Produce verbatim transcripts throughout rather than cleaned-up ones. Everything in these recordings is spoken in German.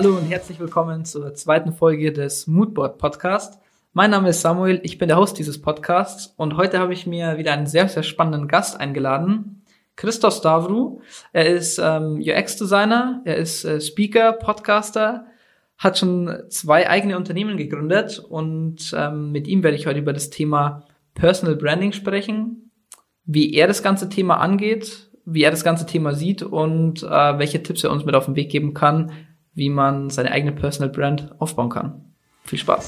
Hallo und herzlich willkommen zur zweiten Folge des Moodboard Podcast. Mein Name ist Samuel, ich bin der Host dieses Podcasts und heute habe ich mir wieder einen sehr, sehr spannenden Gast eingeladen. Christos Stavru. Er ist ähm, U X-Designer, er ist äh, Speaker, Podcaster, hat schon zwei eigene Unternehmen gegründet und ähm, mit ihm werde ich heute über das Thema Personal Branding sprechen, wie er das ganze Thema angeht, wie er das ganze Thema sieht und äh, welche Tipps er uns mit auf den Weg geben kann, wie man seine eigene Personal Brand aufbauen kann. Viel Spaß!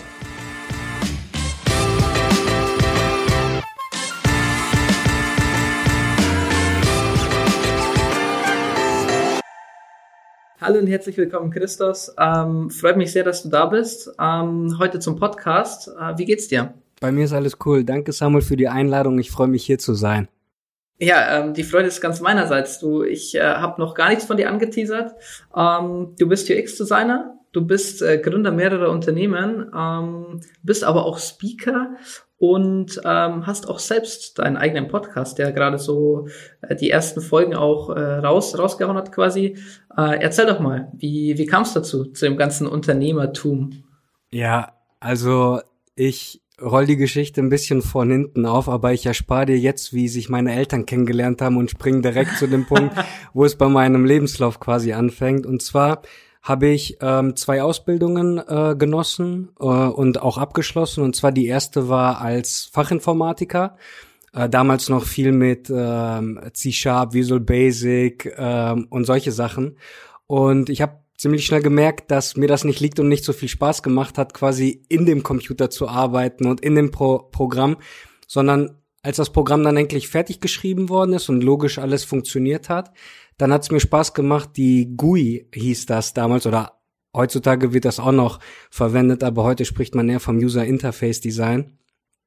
Hallo und herzlich willkommen, Christos. Ähm, freut mich sehr, dass du da bist. Ähm, heute zum Podcast. Äh, wie geht's dir? Bei mir ist alles cool. Danke, Samuel, für die Einladung. Ich freue mich, hier zu sein. Ja, ähm, die Freude ist ganz meinerseits. Du, ich äh, habe noch gar nichts von dir angeteasert. Ähm, du bist U X-Designer, du bist äh, Gründer mehrerer Unternehmen, ähm, bist aber auch Speaker und ähm, hast auch selbst deinen eigenen Podcast, der gerade so äh, die ersten Folgen auch äh, raus rausgehauen hat quasi. Äh, erzähl doch mal, wie wie kam es dazu, zu dem ganzen Unternehmertum? Ja, also ich roll die Geschichte ein bisschen von hinten auf, aber ich erspare dir jetzt, wie sich meine Eltern kennengelernt haben und springe direkt zu dem Punkt, wo es bei meinem Lebenslauf quasi anfängt. Und zwar habe ich ähm, zwei Ausbildungen äh, genossen äh, und auch abgeschlossen. Und zwar die erste war als Fachinformatiker. Äh, damals noch viel mit ähm, C-Sharp, Visual Basic ähm, und solche Sachen. Und ich habe ziemlich schnell gemerkt, dass mir das nicht liegt und nicht so viel Spaß gemacht hat, quasi in dem Computer zu arbeiten und in dem Pro- Programm, sondern als das Programm dann endlich fertig geschrieben worden ist und logisch alles funktioniert hat, dann hat es mir Spaß gemacht, die G U I hieß das damals, oder heutzutage wird das auch noch verwendet, aber heute spricht man eher vom User Interface Design,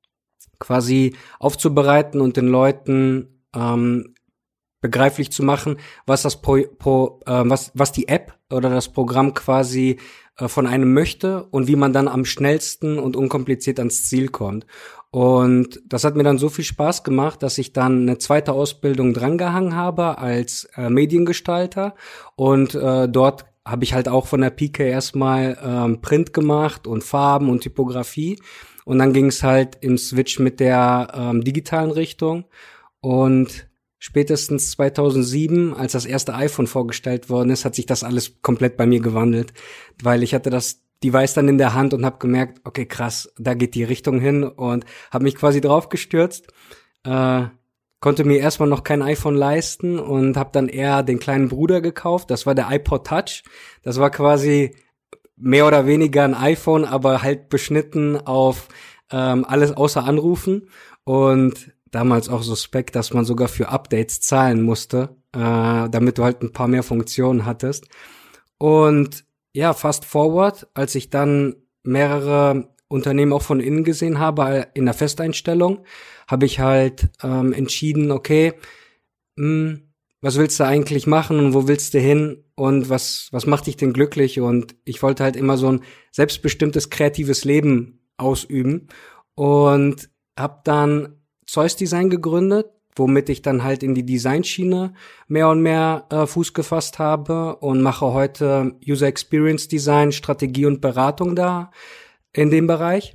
quasi aufzubereiten und den Leuten ähm, begreiflich zu machen, was das Pro, Pro, äh, was was die App oder das Programm quasi äh, von einem möchte und wie man dann am schnellsten und unkompliziert ans Ziel kommt. Und das hat mir dann so viel Spaß gemacht, dass ich dann eine zweite Ausbildung drangehangen habe als äh, Mediengestalter und äh, dort habe ich halt auch von der Pike erstmal ähm, Print gemacht und Farben und Typografie und dann ging es halt im Switch mit der ähm, digitalen Richtung und spätestens zweitausendsieben, als das erste iPhone vorgestellt worden ist, hat sich das alles komplett bei mir gewandelt, weil ich hatte das Device dann in der Hand und habe gemerkt, okay, krass, da geht die Richtung hin und habe mich quasi draufgestürzt, äh, konnte mir erstmal noch kein iPhone leisten und habe dann eher den kleinen Bruder gekauft, das war der iPod Touch, das war quasi mehr oder weniger ein iPhone, aber halt beschnitten auf ähm, alles außer Anrufen und damals auch suspekt, dass man sogar für Updates zahlen musste, äh, damit du halt ein paar mehr Funktionen hattest. Und ja, fast forward, als ich dann mehrere Unternehmen auch von innen gesehen habe, in der Festeinstellung, habe ich halt ähm, entschieden, okay, mh, was willst du eigentlich machen und wo willst du hin und was was macht dich denn glücklich? Und ich wollte halt immer so ein selbstbestimmtes, kreatives Leben ausüben und habe dann Zeus Design gegründet, womit ich dann halt in die Designschiene mehr und mehr äh, Fuß gefasst habe und mache heute User Experience Design, Strategie und Beratung da in dem Bereich.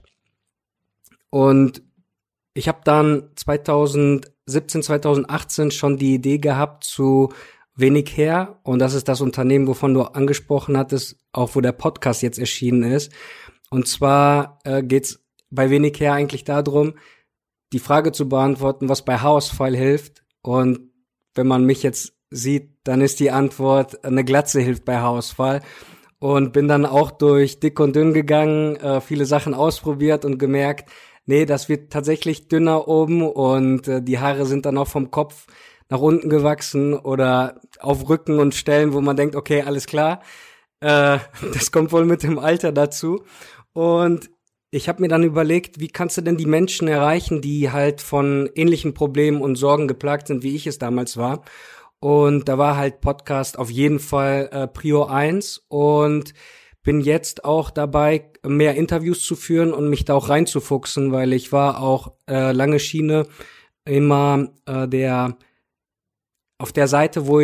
Und ich habe dann zweitausendsiebzehn, zweitausendachtzehn schon die Idee gehabt zu Wenig her und das ist das Unternehmen, wovon du angesprochen hattest, auch wo der Podcast jetzt erschienen ist. Und zwar äh, geht's bei Wenig her eigentlich darum, die Frage zu beantworten, was bei Haarausfall hilft. Und wenn man mich jetzt sieht, dann ist die Antwort, eine Glatze hilft bei Haarausfall. Und bin dann auch durch dick und dünn gegangen, äh, viele Sachen ausprobiert und gemerkt, nee, das wird tatsächlich dünner oben und äh, die Haare sind dann auch vom Kopf nach unten gewachsen oder auf Rücken und Stellen, wo man denkt, okay, alles klar, äh, das kommt wohl mit dem Alter dazu. Und ich habe mir dann überlegt, wie kannst du denn die Menschen erreichen, die halt von ähnlichen Problemen und Sorgen geplagt sind, wie ich es damals war. Und da war halt Podcast auf jeden Fall äh, Prio eins und bin jetzt auch dabei, mehr Interviews zu führen und mich da auch reinzufuchsen, weil ich war auch äh, lange Schiene immer äh, der auf der Seite, wo ich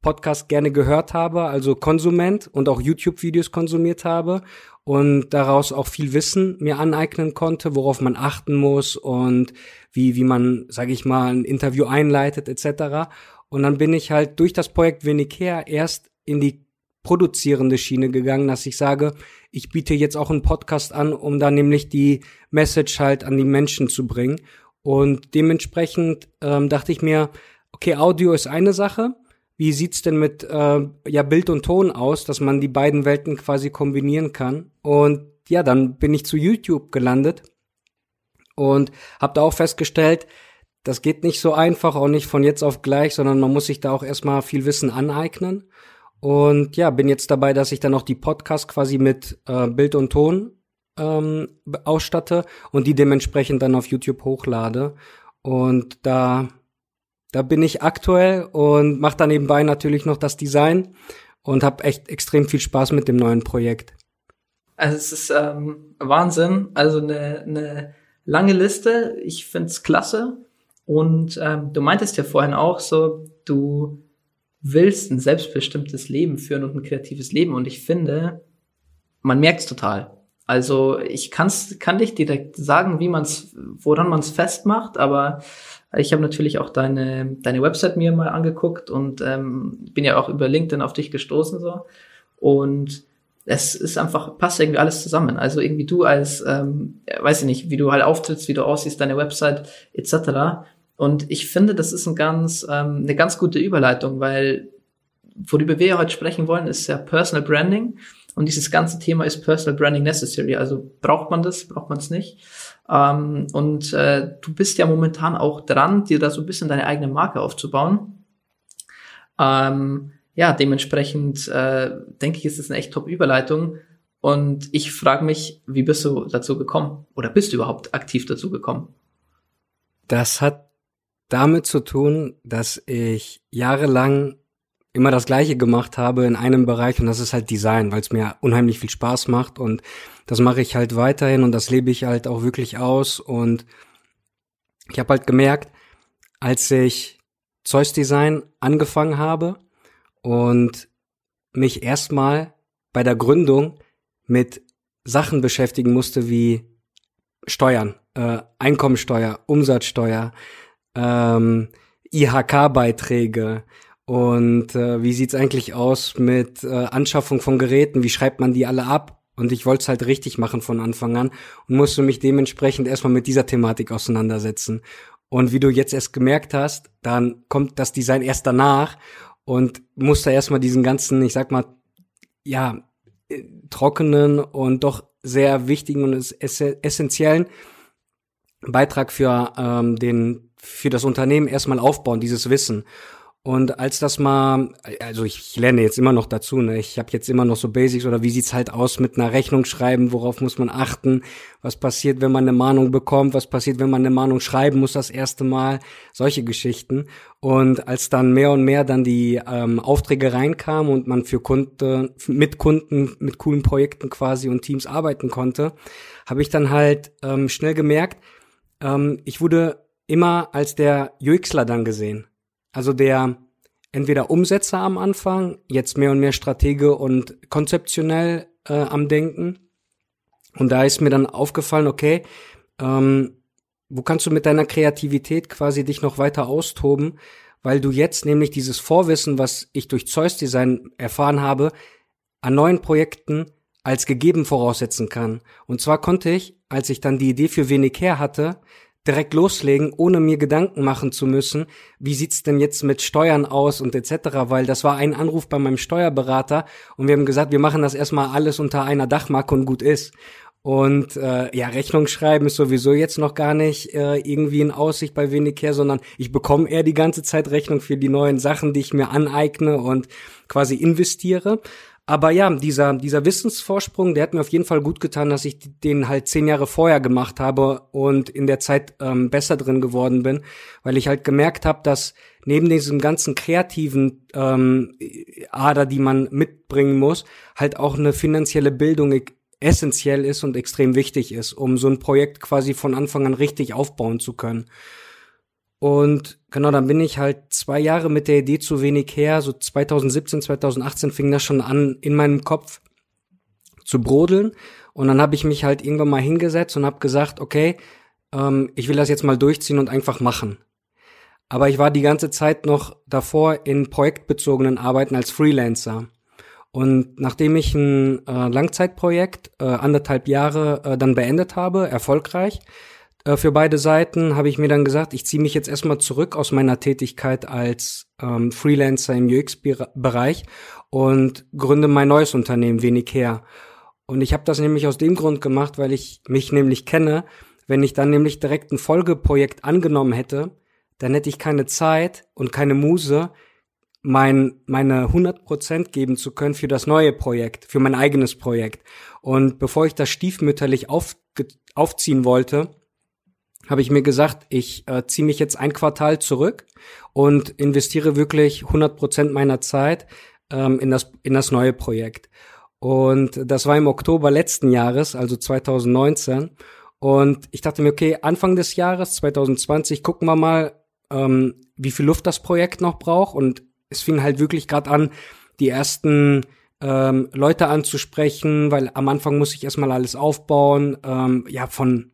Podcast gerne gehört habe, also Konsument und auch YouTube-Videos konsumiert habe und daraus auch viel Wissen mir aneignen konnte, worauf man achten muss und wie wie man, sage ich mal, ein Interview einleitet et cetera. Und dann bin ich halt durch das Projekt Wenig her erst in die produzierende Schiene gegangen, dass ich sage, ich biete jetzt auch einen Podcast an, um da nämlich die Message halt an die Menschen zu bringen. Und dementsprechend ähm, dachte ich mir, okay, Audio ist eine Sache. Wie sieht's denn mit äh, ja Bild und Ton aus, dass man die beiden Welten quasi kombinieren kann? Und ja, dann bin ich zu YouTube gelandet und habe da auch festgestellt, das geht nicht so einfach, auch nicht von jetzt auf gleich, sondern man muss sich da auch erstmal viel Wissen aneignen. Und ja, bin jetzt dabei, dass ich dann auch die Podcasts quasi mit äh, Bild und Ton ähm, ausstatte und die dementsprechend dann auf YouTube hochlade. Und da da bin ich aktuell und mache dann nebenbei natürlich noch das Design und habe echt extrem viel Spaß mit dem neuen Projekt. Also es ist ähm, Wahnsinn, also eine, eine lange Liste. Ich find's klasse. Und ähm, du meintest ja vorhin auch so, du willst ein selbstbestimmtes Leben führen und ein kreatives Leben. Und ich finde, man merkt's total. Also ich kann's, kann dich direkt sagen, wie man's, woran man's festmacht, aber ich habe natürlich auch deine deine Website mir mal angeguckt und ähm, bin ja auch über LinkedIn auf dich gestoßen so. Und es ist einfach, passt irgendwie alles zusammen. Also irgendwie du als, ähm, weiß ich nicht, wie du halt auftrittst, wie du aussiehst, deine Website et cetera. Und ich finde, das ist ein ganz, ähm, eine ganz gute Überleitung, weil worüber wir ja heute sprechen wollen, ist ja Personal Branding. Und dieses ganze Thema ist Personal Branding necessary. Also braucht man das, braucht man es nicht. Ähm, und äh, du bist ja momentan auch dran, dir da so ein bisschen deine eigene Marke aufzubauen. Ähm, ja, dementsprechend äh, denke ich, ist das eine echt top Überleitung. Und ich frage mich, wie bist du dazu gekommen? Oder bist du überhaupt aktiv dazu gekommen? Das hat damit zu tun, dass ich jahrelang immer das Gleiche gemacht habe in einem Bereich und das ist halt Design, weil es mir unheimlich viel Spaß macht und das mache ich halt weiterhin und das lebe ich halt auch wirklich aus und ich habe halt gemerkt, als ich Zeus Design angefangen habe und mich erstmal bei der Gründung mit Sachen beschäftigen musste wie Steuern, äh, Einkommensteuer, Umsatzsteuer, ähm, I H K-Beiträge und äh, wie sieht's eigentlich aus mit äh, Anschaffung von Geräten, wie schreibt man die alle ab? Und ich wollte es halt richtig machen von Anfang an und musste mich dementsprechend erstmal mit dieser Thematik auseinandersetzen. Und wie du jetzt erst gemerkt hast, dann kommt das Design erst danach und musste erstmal diesen ganzen, ich sag mal, ja, trockenen und doch sehr wichtigen und essentiellen Beitrag für ähm, den für das Unternehmen erstmal aufbauen, dieses Wissen. Und als das mal, also ich lerne jetzt immer noch dazu, ne? Ich habe jetzt immer noch so Basics oder wie sieht's halt aus mit einer Rechnung schreiben, worauf muss man achten, was passiert, wenn man eine Mahnung bekommt, was passiert, wenn man eine Mahnung schreiben muss das erste Mal, solche Geschichten. Und als dann mehr und mehr dann die ähm, Aufträge reinkamen und man für Kunden, mit Kunden, mit coolen Projekten quasi und Teams arbeiten konnte, habe ich dann halt ähm, schnell gemerkt, ähm, ich wurde immer als der UXler dann gesehen. Also der entweder Umsetzer am Anfang, jetzt mehr und mehr Stratege und konzeptionell äh, am Denken. Und da ist mir dann aufgefallen, okay, ähm, wo kannst du mit deiner Kreativität quasi dich noch weiter austoben, weil du jetzt nämlich dieses Vorwissen, was ich durch Zeus Design erfahren habe, an neuen Projekten als gegeben voraussetzen kann. Und zwar konnte ich, als ich dann die Idee für Wenig her hatte, direkt loslegen, ohne mir Gedanken machen zu müssen, wie sieht's denn jetzt mit Steuern aus und et cetera, weil das war ein Anruf bei meinem Steuerberater und wir haben gesagt, wir machen das erstmal alles unter einer Dachmarke und gut ist. Und äh, ja, Rechnung schreiben ist sowieso jetzt noch gar nicht äh, irgendwie in Aussicht bei Wenig her, sondern ich bekomme eher die ganze Zeit Rechnung für die neuen Sachen, die ich mir aneigne und quasi investiere. Aber ja, dieser dieser Wissensvorsprung, der hat mir auf jeden Fall gut getan, dass ich den halt zehn Jahre vorher gemacht habe und in der Zeit ähm, besser drin geworden bin, weil ich halt gemerkt habe, dass neben diesem ganzen kreativen ähm, Ader, die man mitbringen muss, halt auch eine finanzielle Bildung e- essentiell ist und extrem wichtig ist, um so ein Projekt quasi von Anfang an richtig aufbauen zu können. Und genau, dann bin ich halt zwei Jahre mit der Idee zu wenig her, so zwanzig siebzehn, zwanzig achtzehn fing das schon an, in meinem Kopf zu brodeln. Und dann habe ich mich halt irgendwann mal hingesetzt und habe gesagt, okay, ähm, ich will das jetzt mal durchziehen und einfach machen. Aber ich war die ganze Zeit noch davor in projektbezogenen Arbeiten als Freelancer. Und nachdem ich ein äh, Langzeitprojekt, äh, anderthalb Jahre äh, dann beendet habe, erfolgreich, äh, für beide Seiten, habe ich mir dann gesagt, ich ziehe mich jetzt erstmal zurück aus meiner Tätigkeit als ähm, Freelancer im U X-Bereich und gründe mein neues Unternehmen, wenig her. Und ich habe das nämlich aus dem Grund gemacht, weil ich mich nämlich kenne. Wenn ich dann nämlich direkt ein Folgeprojekt angenommen hätte, dann hätte ich keine Zeit und keine Muse, mein, meine hundert Prozent geben zu können für das neue Projekt, für mein eigenes Projekt. Und bevor ich das stiefmütterlich auf, aufziehen wollte, habe ich mir gesagt, ich äh, ziehe mich jetzt ein Quartal zurück und investiere wirklich hundert Prozent meiner Zeit ähm, in das, in das neue Projekt. Und das war im Oktober letzten Jahres, also zwanzig neunzehn. Und ich dachte mir, okay, Anfang des Jahres, zwanzig zwanzig, gucken wir mal, ähm, wie viel Luft das Projekt noch braucht. Und es fing halt wirklich gerade an, die ersten ähm, Leute anzusprechen, weil am Anfang muss ich erstmal alles aufbauen, ähm, ja, von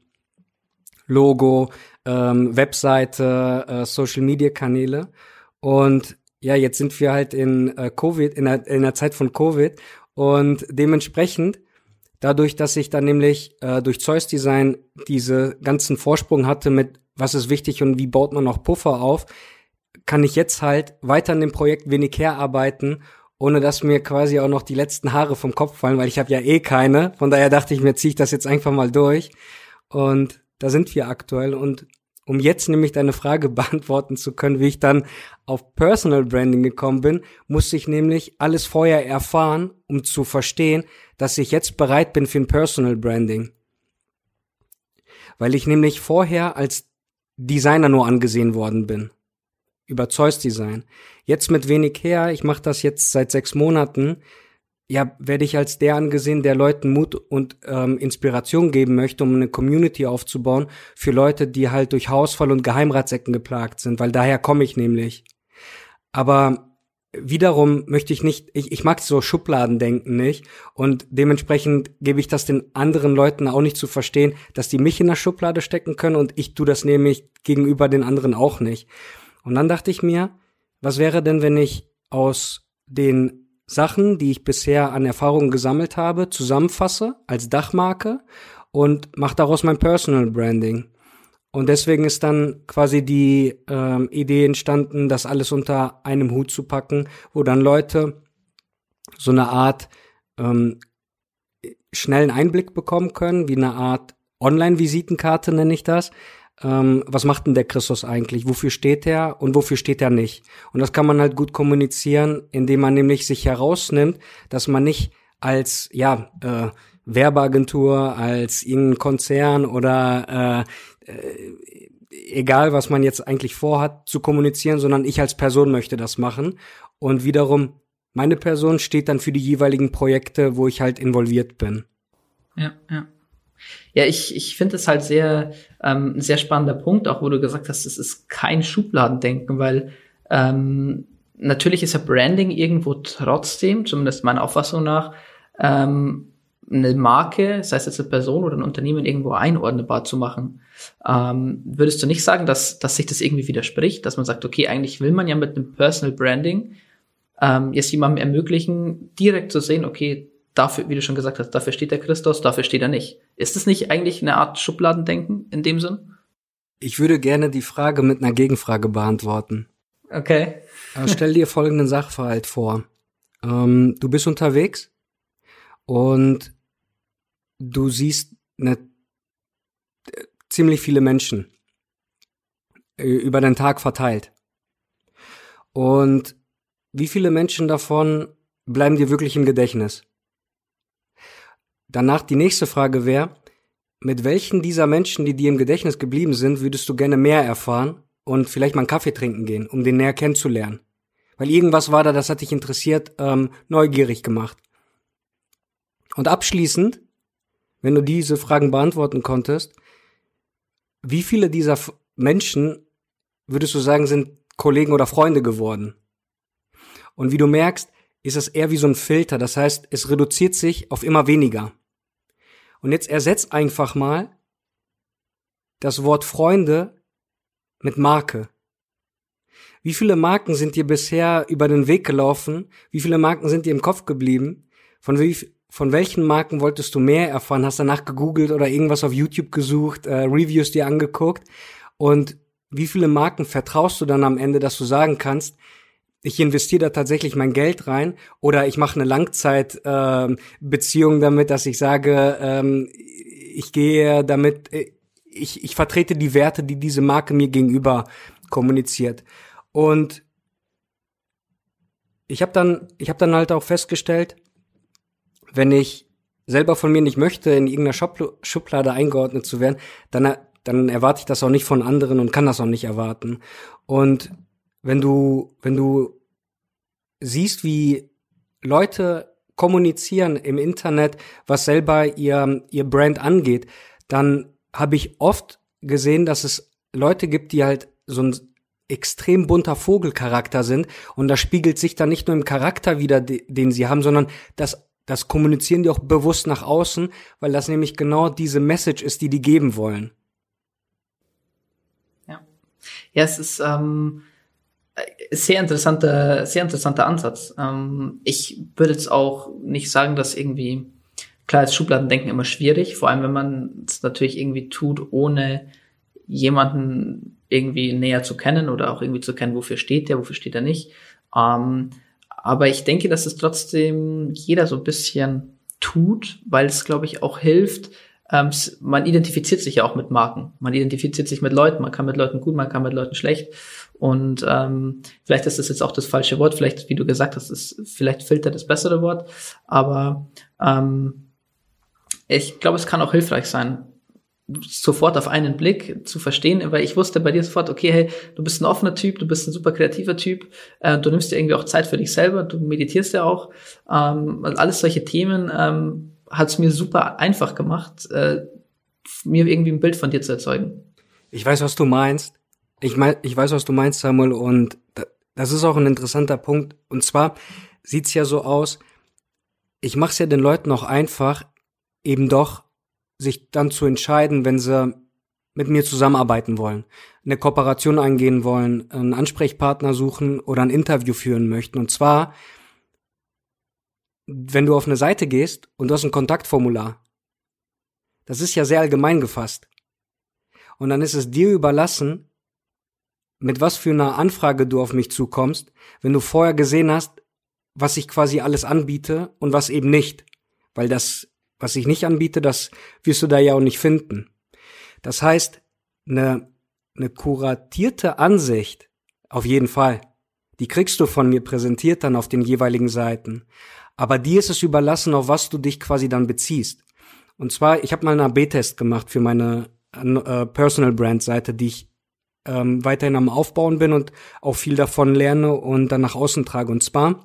Logo, ähm, Webseite, äh, Social-Media-Kanäle. Und ja, jetzt sind wir halt in äh, Covid, in der, in der Zeit von Covid. Und dementsprechend, dadurch, dass ich dann nämlich äh, durch Zeus Design diese ganzen Vorsprung hatte mit, was ist wichtig und wie baut man noch Puffer auf, kann ich jetzt halt weiter an dem Projekt wenig herarbeiten, ohne dass mir quasi auch noch die letzten Haare vom Kopf fallen, weil ich habe ja eh keine. Von daher dachte ich mir, ziehe ich das jetzt einfach mal durch. Und da sind wir aktuell. Und um jetzt nämlich deine Frage beantworten zu können, wie ich dann auf Personal Branding gekommen bin, musste ich nämlich alles vorher erfahren, um zu verstehen, dass ich jetzt bereit bin für ein Personal Branding. Weil ich nämlich vorher als Designer nur angesehen worden bin. Über Zeus Design. Jetzt mit wenig her, ich mache das jetzt seit sechs Monaten, ja, werde ich als der angesehen, der Leuten Mut und ähm, Inspiration geben möchte, um eine Community aufzubauen für Leute, die halt durch Hausfall und Geheimratsecken geplagt sind, weil daher komme ich nämlich. Aber wiederum möchte ich nicht, ich, ich mag so Schubladendenken nicht und dementsprechend gebe ich das den anderen Leuten auch nicht zu verstehen, dass die mich in der Schublade stecken können und ich tue das nämlich gegenüber den anderen auch nicht. Und dann dachte ich mir, was wäre denn, wenn ich aus den Sachen, die ich bisher an Erfahrungen gesammelt habe, zusammenfasse als Dachmarke und mache daraus mein Personal Branding. Und deswegen ist dann quasi die ähm, Idee entstanden, das alles unter einem Hut zu packen, wo dann Leute so eine Art ähm, schnellen Einblick bekommen können, wie eine Art Online-Visitenkarte nenne ich das. Ähm, was macht denn der Christos eigentlich? Wofür steht er und wofür steht er nicht? Und das kann man halt gut kommunizieren, indem man nämlich sich herausnimmt, dass man nicht als ja äh, Werbeagentur, als irgendein Konzern oder äh, äh, egal, was man jetzt eigentlich vorhat, zu kommunizieren, sondern ich als Person möchte das machen. Und wiederum, meine Person steht dann für die jeweiligen Projekte, wo ich halt involviert bin. Ja, ja. Ja, ich, ich finde es halt sehr, ähm, ein sehr spannender Punkt, auch wo du gesagt hast, es ist kein Schubladendenken, weil ähm, natürlich ist ja Branding irgendwo trotzdem, zumindest meiner Auffassung nach, ähm, eine Marke, das heißt jetzt eine Person oder ein Unternehmen irgendwo einordnbar zu machen. Ähm, würdest du nicht sagen, dass, dass sich das irgendwie widerspricht, dass man sagt, okay, eigentlich will man ja mit einem Personal Branding ähm, jetzt jemandem ermöglichen, direkt zu sehen, okay, dafür, wie du schon gesagt hast, dafür steht der Christos, dafür steht er nicht. Ist das nicht eigentlich eine Art Schubladendenken in dem Sinn? Ich würde gerne die Frage mit einer Gegenfrage beantworten. Okay. äh, stell dir folgenden Sachverhalt vor. Ähm, du bist unterwegs und du siehst eine, äh, ziemlich viele Menschen äh, über den Tag verteilt. Und wie viele Menschen davon bleiben dir wirklich im Gedächtnis? Danach die nächste Frage wäre, mit welchen dieser Menschen, die dir im Gedächtnis geblieben sind, würdest du gerne mehr erfahren und vielleicht mal einen Kaffee trinken gehen, um den näher kennenzulernen? Weil irgendwas war da, das hat dich interessiert, ähm, neugierig gemacht. Und abschließend, wenn du diese Fragen beantworten konntest, wie viele dieser F- Menschen würdest du sagen, sind Kollegen oder Freunde geworden. Und wie du merkst, ist es eher wie so ein Filter. Das heißt, es reduziert sich auf immer weniger. Und jetzt ersetzt einfach mal das Wort Freunde mit Marke. Wie viele Marken sind dir bisher über den Weg gelaufen? Wie viele Marken sind dir im Kopf geblieben? Von wie, von welchen Marken wolltest du mehr erfahren? Hast danach gegoogelt oder irgendwas auf YouTube gesucht, äh, Reviews dir angeguckt? Und wie viele Marken vertraust du dann am Ende, dass du sagen kannst, ich investiere da tatsächlich mein Geld rein oder ich mache eine Langzeitbeziehung äh, damit, dass ich sage, ähm, ich gehe damit, ich, ich vertrete die Werte, die diese Marke mir gegenüber kommuniziert. Und ich habe dann, ich habe dann halt auch festgestellt, wenn ich selber von mir nicht möchte, in irgendeiner Schubl- Schublade eingeordnet zu werden, dann, dann erwarte ich das auch nicht von anderen und kann das auch nicht erwarten. Und wenn du, wenn du siehst, wie Leute kommunizieren im Internet, was selber ihr, ihr Brand angeht, dann habe ich oft gesehen, dass es Leute gibt, die halt so ein extrem bunter Vogelcharakter sind und das spiegelt sich dann nicht nur im Charakter wider, den sie haben, sondern das, das kommunizieren die auch bewusst nach außen, weil das nämlich genau diese Message ist, die die geben wollen. Ja, ja, es ist ähm sehr interessanter, sehr interessanter Ansatz. Ähm, ich würde jetzt auch nicht sagen, dass irgendwie, klar ist Schubladendenken immer schwierig, vor allem wenn man es natürlich irgendwie tut, ohne jemanden irgendwie näher zu kennen oder auch irgendwie zu kennen, wofür steht der, wofür steht er nicht. Ähm, aber ich denke, dass es trotzdem jeder so ein bisschen tut, weil es, glaube ich, auch hilft. Ähm, man identifiziert sich ja auch mit Marken. Man identifiziert sich mit Leuten. Man kann mit Leuten gut, man kann mit Leuten schlecht. Und ähm, vielleicht ist das jetzt auch das falsche Wort. Vielleicht, wie du gesagt hast, ist vielleicht Filter das bessere Wort. Aber ähm, ich glaube, es kann auch hilfreich sein, sofort auf einen Blick zu verstehen, weil ich wusste bei dir sofort, okay, hey, du bist ein offener Typ, du bist ein super kreativer Typ, äh, du nimmst dir irgendwie auch Zeit für dich selber, du meditierst ja auch. Ähm, alles solche Themen ähm, hat es mir super einfach gemacht, äh, mir irgendwie ein Bild von dir zu erzeugen. Ich weiß, was du meinst. Ich mein, ich weiß, was du meinst, Samuel, und das ist auch ein interessanter Punkt. Und zwar sieht's ja so aus, ich mache es ja den Leuten auch einfach, eben doch sich dann zu entscheiden, wenn sie mit mir zusammenarbeiten wollen, eine Kooperation eingehen wollen, einen Ansprechpartner suchen oder ein Interview führen möchten. Und zwar, wenn du auf eine Seite gehst und du hast ein Kontaktformular, das ist ja sehr allgemein gefasst. Und dann ist es dir überlassen, mit was für einer Anfrage du auf mich zukommst, wenn du vorher gesehen hast, was ich quasi alles anbiete und was eben nicht. Weil das, was ich nicht anbiete, das wirst du da ja auch nicht finden. Das heißt, eine, eine kuratierte Ansicht, auf jeden Fall, die kriegst du von mir präsentiert dann auf den jeweiligen Seiten. Aber dir ist es überlassen, auf was du dich quasi dann beziehst. Und zwar, ich habe mal einen A B-Test gemacht für meine äh, Personal Brand Seite, die ich ähm, weiterhin am Aufbauen bin und auch viel davon lerne und dann nach außen trage. Und zwar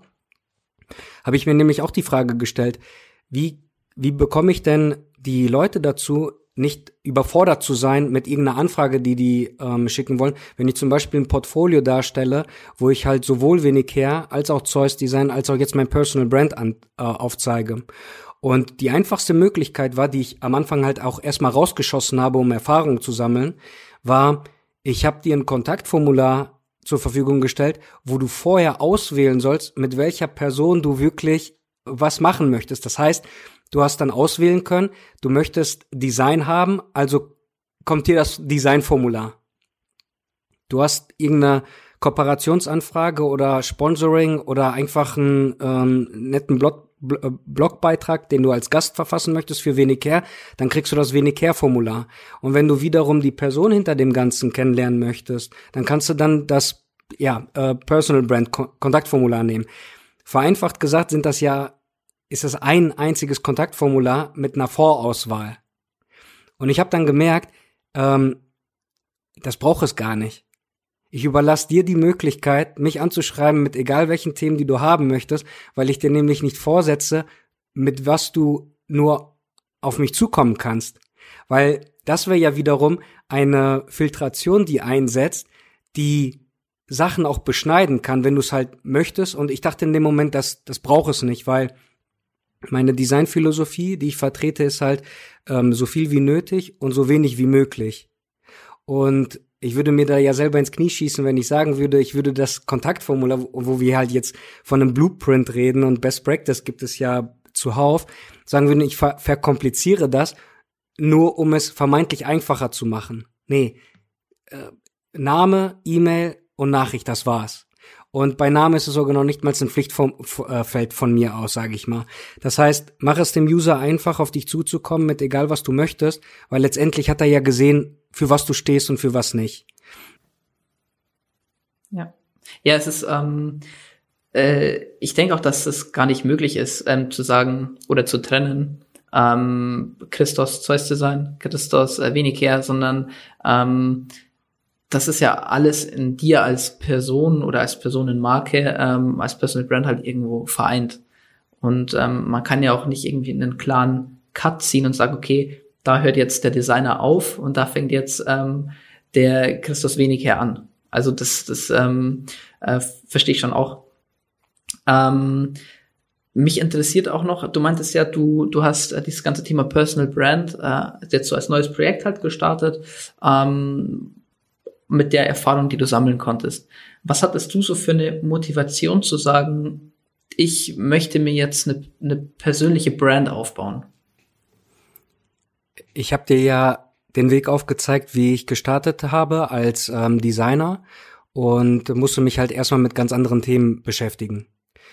habe ich mir nämlich auch die Frage gestellt, wie, wie bekomme ich denn die Leute dazu, nicht überfordert zu sein mit irgendeiner Anfrage, die die ähm, schicken wollen. Wenn ich zum Beispiel ein Portfolio darstelle, wo ich halt sowohl Venicare als auch Zeus Design als auch jetzt mein Personal Brand an, äh, aufzeige. Und die einfachste Möglichkeit war, die ich am Anfang halt auch erstmal rausgeschossen habe, um Erfahrung zu sammeln, war, ich habe dir ein Kontaktformular zur Verfügung gestellt, wo du vorher auswählen sollst, mit welcher Person du wirklich was machen möchtest. Das heißt, du hast dann auswählen können, du möchtest Design haben, also kommt dir das Designformular. Du hast irgendeine Kooperationsanfrage oder Sponsoring oder einfach einen ähm, netten Blog, Blogbeitrag, den du als Gast verfassen möchtest für Venicare, dann kriegst du das Venicare-Formular. Und wenn du wiederum die Person hinter dem Ganzen kennenlernen möchtest, dann kannst du dann das ja äh, Personal Brand Kontaktformular nehmen. Vereinfacht gesagt sind das ja ist das ein einziges Kontaktformular mit einer Vorauswahl. Und ich habe dann gemerkt, ähm, das braucht es gar nicht. Ich überlasse dir die Möglichkeit, mich anzuschreiben mit egal welchen Themen, die du haben möchtest, weil ich dir nämlich nicht vorsetze, mit was du nur auf mich zukommen kannst. Weil das wäre ja wiederum eine Filtration, die einsetzt, die Sachen auch beschneiden kann, wenn du es halt möchtest. Und ich dachte in dem Moment, das, das braucht es nicht, weil meine Designphilosophie, die ich vertrete, ist halt ähm, so viel wie nötig und so wenig wie möglich. Und ich würde mir da ja selber ins Knie schießen, wenn ich sagen würde, ich würde das Kontaktformular, wo, wo wir halt jetzt von einem Blueprint reden und Best Practice gibt es ja zuhauf, sagen würde, ich ver- verkompliziere das, nur um es vermeintlich einfacher zu machen. Nee, äh, Name, E-Mail und Nachricht, das war's. Und bei Name ist es sogar noch nicht mal ein Pflichtfeld von mir aus, sage ich mal. Das heißt, mach es dem User einfach, auf dich zuzukommen mit egal, was du möchtest, weil letztendlich hat er ja gesehen, für was du stehst und für was nicht. Ja, ja, es ist, ähm, äh, ich denke auch, dass es gar nicht möglich ist, ähm, zu sagen oder zu trennen, ähm, Christos Zeus Design, Christos äh, Weniger, sondern ähm, das ist ja alles in dir als Person oder als Personenmarke, ähm, als Personal Brand halt irgendwo vereint. Und ähm, man kann ja auch nicht irgendwie einen klaren Cut ziehen und sagen, okay, da hört jetzt der Designer auf und da fängt jetzt ähm, der Christos Weniger an. Also das, das ähm, äh, verstehe ich schon auch. Ähm, mich interessiert auch noch, du meintest ja, du du hast äh, dieses ganze Thema Personal Brand äh, jetzt so als neues Projekt halt gestartet, ähm, mit der Erfahrung, die du sammeln konntest. Was hattest du so für eine Motivation zu sagen, ich möchte mir jetzt eine, eine persönliche Brand aufbauen? Ich habe dir ja den Weg aufgezeigt, wie ich gestartet habe als ähm, Designer und musste mich halt erstmal mit ganz anderen Themen beschäftigen.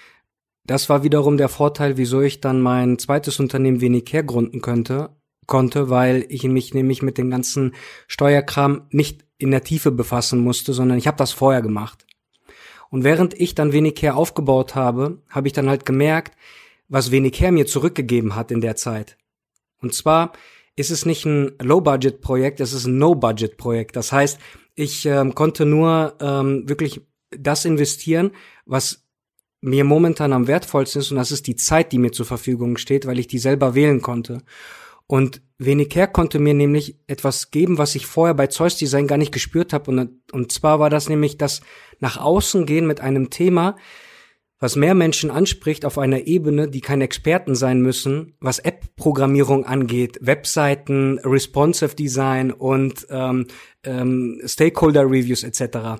Das war wiederum der Vorteil, wieso ich dann mein zweites Unternehmen Weniger gründen könnte, konnte, weil ich mich nämlich mit dem ganzen Steuerkram nicht in der Tiefe befassen musste, sondern ich habe das vorher gemacht. Und während ich dann Weniger aufgebaut habe, habe ich dann halt gemerkt, was Weniger mir zurückgegeben hat in der Zeit. Und zwar ist es nicht ein Low-Budget-Projekt, es ist ein No-Budget-Projekt. Das heißt, ich ähm, konnte nur ähm, wirklich das investieren, was mir momentan am wertvollsten ist, und das ist die Zeit, die mir zur Verfügung steht, weil ich die selber wählen konnte. Und Weniger konnte mir nämlich etwas geben, was ich vorher bei Zeus Design gar nicht gespürt habe. Und, und zwar war das nämlich das nach außen gehen mit einem Thema, was mehr Menschen anspricht auf einer Ebene, die keine Experten sein müssen, was App-Programmierung angeht, Webseiten, Responsive Design und ähm, ähm, Stakeholder-Reviews et cetera.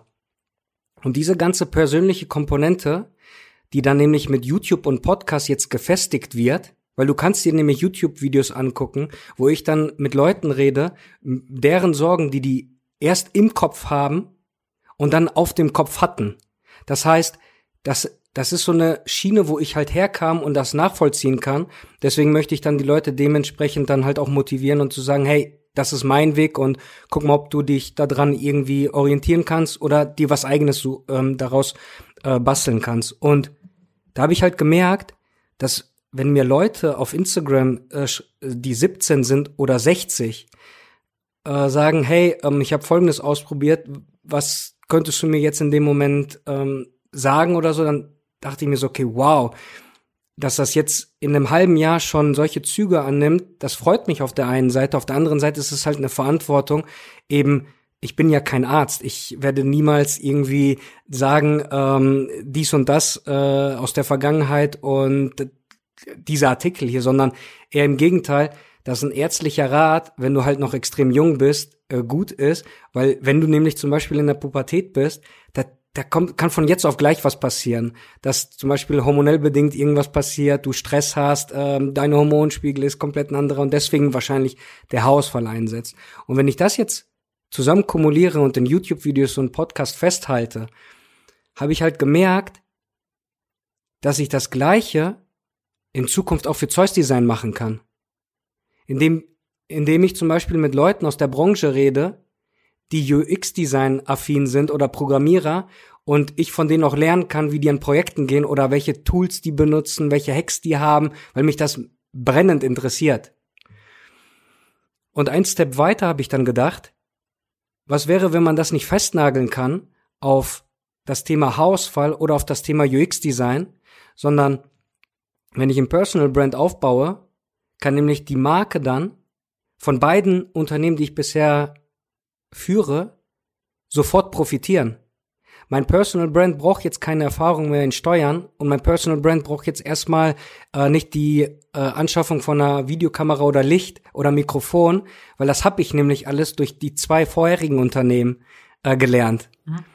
Und diese ganze persönliche Komponente, die dann nämlich mit YouTube und Podcast jetzt gefestigt wird, weil du kannst dir nämlich YouTube-Videos angucken, wo ich dann mit Leuten rede, deren Sorgen, die die erst im Kopf haben und dann auf dem Kopf hatten. Das heißt, das, das ist so eine Schiene, wo ich halt herkam und das nachvollziehen kann. Deswegen möchte ich dann die Leute dementsprechend dann halt auch motivieren und zu sagen, hey, das ist mein Weg und guck mal, ob du dich daran irgendwie orientieren kannst oder dir was Eigenes so, ähm, daraus äh, basteln kannst. Und da habe ich halt gemerkt, dass wenn mir Leute auf Instagram, äh, die siebzehn sind oder sechzig, äh, sagen, hey, ähm, ich habe Folgendes ausprobiert, was könntest du mir jetzt in dem Moment ähm, sagen oder so, dann dachte ich mir so, okay, wow, dass das jetzt in einem halben Jahr schon solche Züge annimmt, das freut mich auf der einen Seite, auf der anderen Seite ist es halt eine Verantwortung, eben, ich bin ja kein Arzt, ich werde niemals irgendwie sagen, ähm, dies und das äh, aus der Vergangenheit und dieser Artikel hier, sondern eher im Gegenteil, dass ein ärztlicher Rat, wenn du halt noch extrem jung bist, äh, gut ist, weil wenn du nämlich zum Beispiel in der Pubertät bist, da, da kommt, kann von jetzt auf gleich was passieren, dass zum Beispiel hormonell bedingt irgendwas passiert, du Stress hast, ähm, dein Hormonspiegel ist komplett ein anderer und deswegen wahrscheinlich der Haarausfall einsetzt. Und wenn ich das jetzt zusammen kumuliere und in YouTube-Videos und Podcast festhalte, habe ich halt gemerkt, dass ich das Gleiche in Zukunft auch für Zeus Design machen kann. Indem, indem ich zum Beispiel mit Leuten aus der Branche rede, die U X-Design-affin sind oder Programmierer und ich von denen auch lernen kann, wie die an Projekten gehen oder welche Tools die benutzen, welche Hacks die haben, weil mich das brennend interessiert. Und ein Step weiter habe ich dann gedacht, was wäre, wenn man das nicht festnageln kann auf das Thema Haarausfall oder auf das Thema U X-Design, sondern wenn ich ein Personal Brand aufbaue, kann nämlich die Marke dann von beiden Unternehmen, die ich bisher führe, sofort profitieren. Mein Personal Brand braucht jetzt keine Erfahrung mehr in Steuern und mein Personal Brand braucht jetzt erstmal äh, nicht die äh, Anschaffung von einer Videokamera oder Licht oder Mikrofon, weil das habe ich nämlich alles durch die zwei vorherigen Unternehmen äh, gelernt.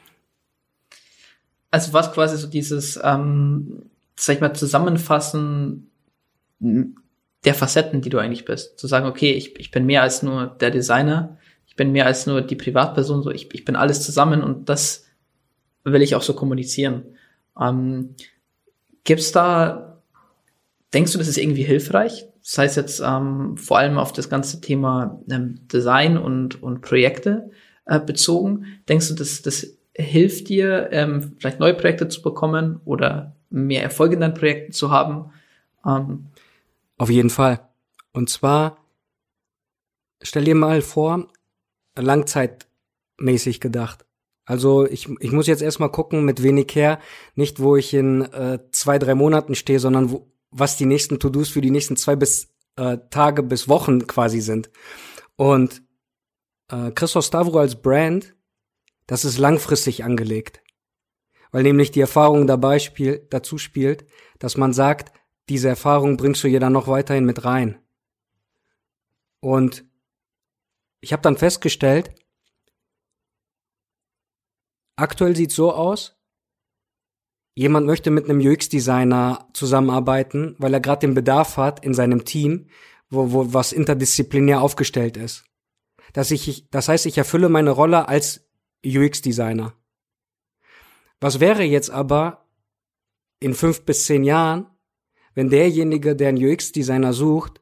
Also was quasi so dieses, ähm, sag ich mal, Zusammenfassen der Facetten, die du eigentlich bist. Zu sagen, okay, ich, ich bin mehr als nur der Designer, ich bin mehr als nur die Privatperson, so ich, ich bin alles zusammen und das will ich auch so kommunizieren. Ähm, gibt's da, denkst du, das ist irgendwie hilfreich? Das heißt jetzt ähm, vor allem auf das ganze Thema ähm, Design und, und Projekte äh, bezogen. Denkst du, das, das hilft dir, ähm, vielleicht neue Projekte zu bekommen oder mehr Erfolg in deinen Projekten zu haben? Ähm, Auf jeden Fall. Und zwar, stell dir mal vor, langzeitmäßig gedacht. Also ich, ich muss jetzt erstmal gucken, mit wenig her, nicht wo ich in äh, zwei, drei Monaten stehe, sondern wo, was die nächsten To-Dos für die nächsten zwei bis äh, Tage bis Wochen quasi sind. Und äh, Christos Stavro als Brand, das ist langfristig angelegt. Weil nämlich die Erfahrung dabei spielt, dazu spielt, dass man sagt, diese Erfahrung bringst du dir dann noch weiterhin mit rein. Und ich habe dann festgestellt, aktuell sieht's so aus, jemand möchte mit einem U X-Designer zusammenarbeiten, weil er gerade den Bedarf hat in seinem Team, wo, wo was interdisziplinär aufgestellt ist. Dass ich, das heißt, ich erfülle meine Rolle als U X-Designer. Was wäre jetzt aber in fünf bis zehn Jahren, wenn derjenige, der einen U X-Designer sucht,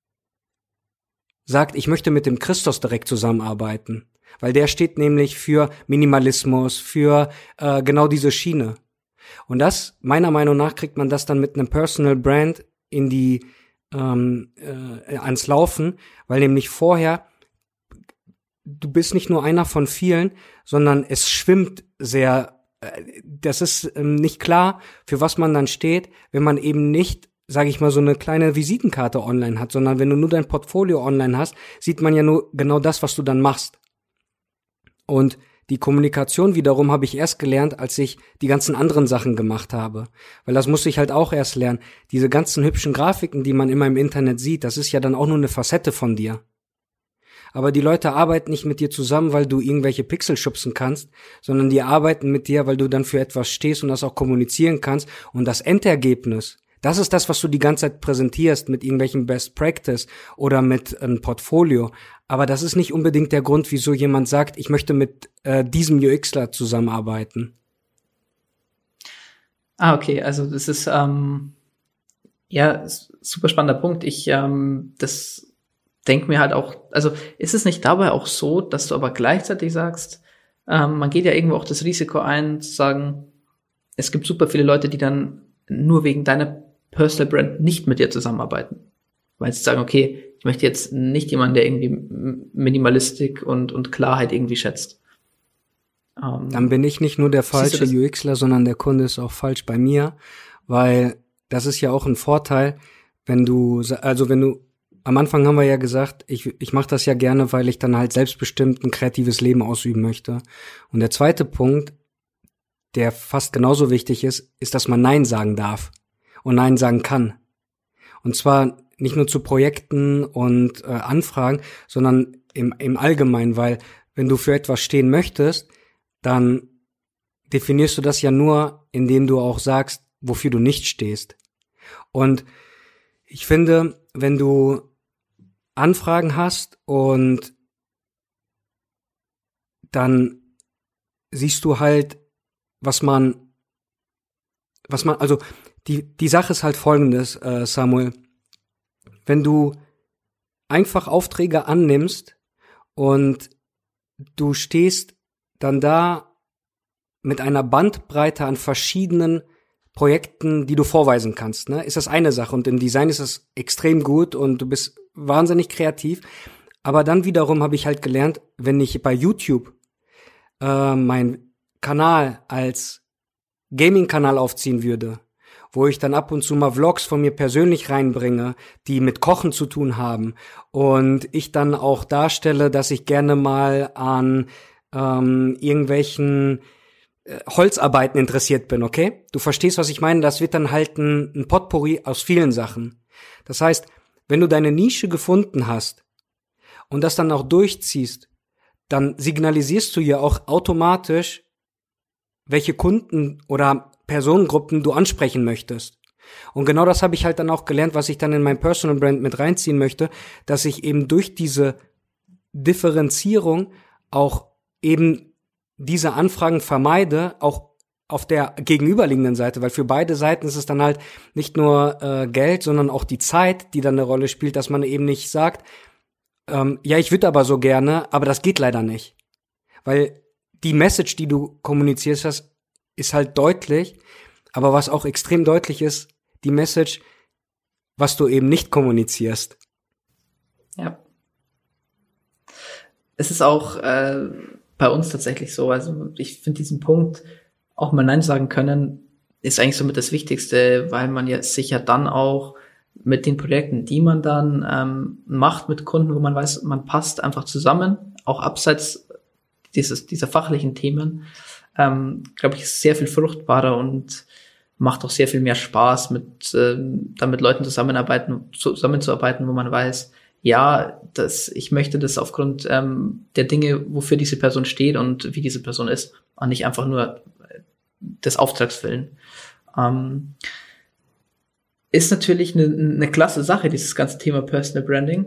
sagt, ich möchte mit dem Christos direkt zusammenarbeiten? Weil der steht nämlich für Minimalismus, für äh, genau diese Schiene. Und das, meiner Meinung nach, kriegt man das dann mit einem Personal Brand in die ähm, äh, ans Laufen, weil nämlich vorher, du bist nicht nur einer von vielen, sondern es schwimmt sehr, äh, das ist ähm, nicht klar, für was man dann steht, wenn man eben nicht, sage ich mal, so eine kleine Visitenkarte online hat, sondern wenn du nur dein Portfolio online hast, sieht man ja nur genau das, was du dann machst. Und die Kommunikation wiederum habe ich erst gelernt, als ich die ganzen anderen Sachen gemacht habe. Weil das musste ich halt auch erst lernen. Diese ganzen hübschen Grafiken, die man immer im Internet sieht, das ist ja dann auch nur eine Facette von dir. Aber die Leute arbeiten nicht mit dir zusammen, weil du irgendwelche Pixel schubsen kannst, sondern die arbeiten mit dir, weil du dann für etwas stehst und das auch kommunizieren kannst. Und das Endergebnis, das ist das, was du die ganze Zeit präsentierst mit irgendwelchen Best Practice oder mit einem Portfolio. Aber das ist nicht unbedingt der Grund, wieso jemand sagt, ich möchte mit äh, diesem UXler zusammenarbeiten. Ah, okay, also das ist ähm, ja super spannender Punkt. Ich ähm, das denke mir halt auch, also ist es nicht dabei auch so, dass du aber gleichzeitig sagst, ähm, man geht ja irgendwo auch das Risiko ein, zu sagen, es gibt super viele Leute, die dann nur wegen deiner Personal Brand nicht mit dir zusammenarbeiten. Weil sie sagen, okay, ich möchte jetzt nicht jemanden, der irgendwie Minimalistik und, und Klarheit irgendwie schätzt. Ähm, Dann bin ich nicht nur der falsche UXler, sondern der Kunde ist auch falsch bei mir, weil das ist ja auch ein Vorteil, wenn du, also wenn du, am Anfang haben wir ja gesagt, ich, ich mache das ja gerne, weil ich dann halt selbstbestimmt ein kreatives Leben ausüben möchte. Und der zweite Punkt, der fast genauso wichtig ist, ist, dass man Nein sagen darf und Nein sagen kann. Und zwar nicht nur zu Projekten und äh, Anfragen, sondern im, im Allgemeinen, weil wenn du für etwas stehen möchtest, dann definierst du das ja nur, indem du auch sagst, wofür du nicht stehst. Und ich finde, wenn du Anfragen hast und dann siehst du halt, was man, was man, also die die Sache ist halt folgendes, äh, Samuel. Wenn du einfach Aufträge annimmst und du stehst dann da mit einer Bandbreite an verschiedenen Projekten, die du vorweisen kannst, ne, ist das eine Sache. Und im Design ist das extrem gut und du bist wahnsinnig kreativ. Aber dann wiederum habe ich halt gelernt, wenn ich bei YouTube äh, meinen Kanal als Gaming-Kanal aufziehen würde, wo ich dann ab und zu mal Vlogs von mir persönlich reinbringe, die mit Kochen zu tun haben und ich dann auch darstelle, dass ich gerne mal an ähm, irgendwelchen äh, Holzarbeiten interessiert bin, okay? Du verstehst, was ich meine? Das wird dann halt ein, ein Potpourri aus vielen Sachen. Das heißt, wenn du deine Nische gefunden hast und das dann auch durchziehst, dann signalisierst du ja auch automatisch, welche Kunden oder Personengruppen du ansprechen möchtest. Und genau das habe ich halt dann auch gelernt, was ich dann in mein Personal Brand mit reinziehen möchte, dass ich eben durch diese Differenzierung auch eben diese Anfragen vermeide, auch auf der gegenüberliegenden Seite, weil für beide Seiten ist es dann halt nicht nur äh, Geld, sondern auch die Zeit, die dann eine Rolle spielt, dass man eben nicht sagt, ähm, ja, ich würde aber so gerne, aber das geht leider nicht. Weil die Message, die du kommunizierst hast, ist halt deutlich, aber was auch extrem deutlich ist, die Message, was du eben nicht kommunizierst. Ja. Es ist auch äh, bei uns tatsächlich so, also ich finde diesen Punkt, auch mal Nein sagen können, ist eigentlich somit das Wichtigste, weil man ja sicher dann auch mit den Projekten, die man dann ähm, macht mit Kunden, wo man weiß, man passt einfach zusammen, auch abseits dieses dieser fachlichen Themen, ähm, glaube ich, ist sehr viel fruchtbarer und macht auch sehr viel mehr Spaß, mit ähm, da mit Leuten zusammenarbeiten, zusammenzuarbeiten, wo man weiß, ja, das, ich möchte das aufgrund ähm, der Dinge, wofür diese Person steht und wie diese Person ist, und nicht einfach nur des Auftrags willen. Ähm, ist natürlich eine, eine klasse Sache, dieses ganze Thema Personal Branding.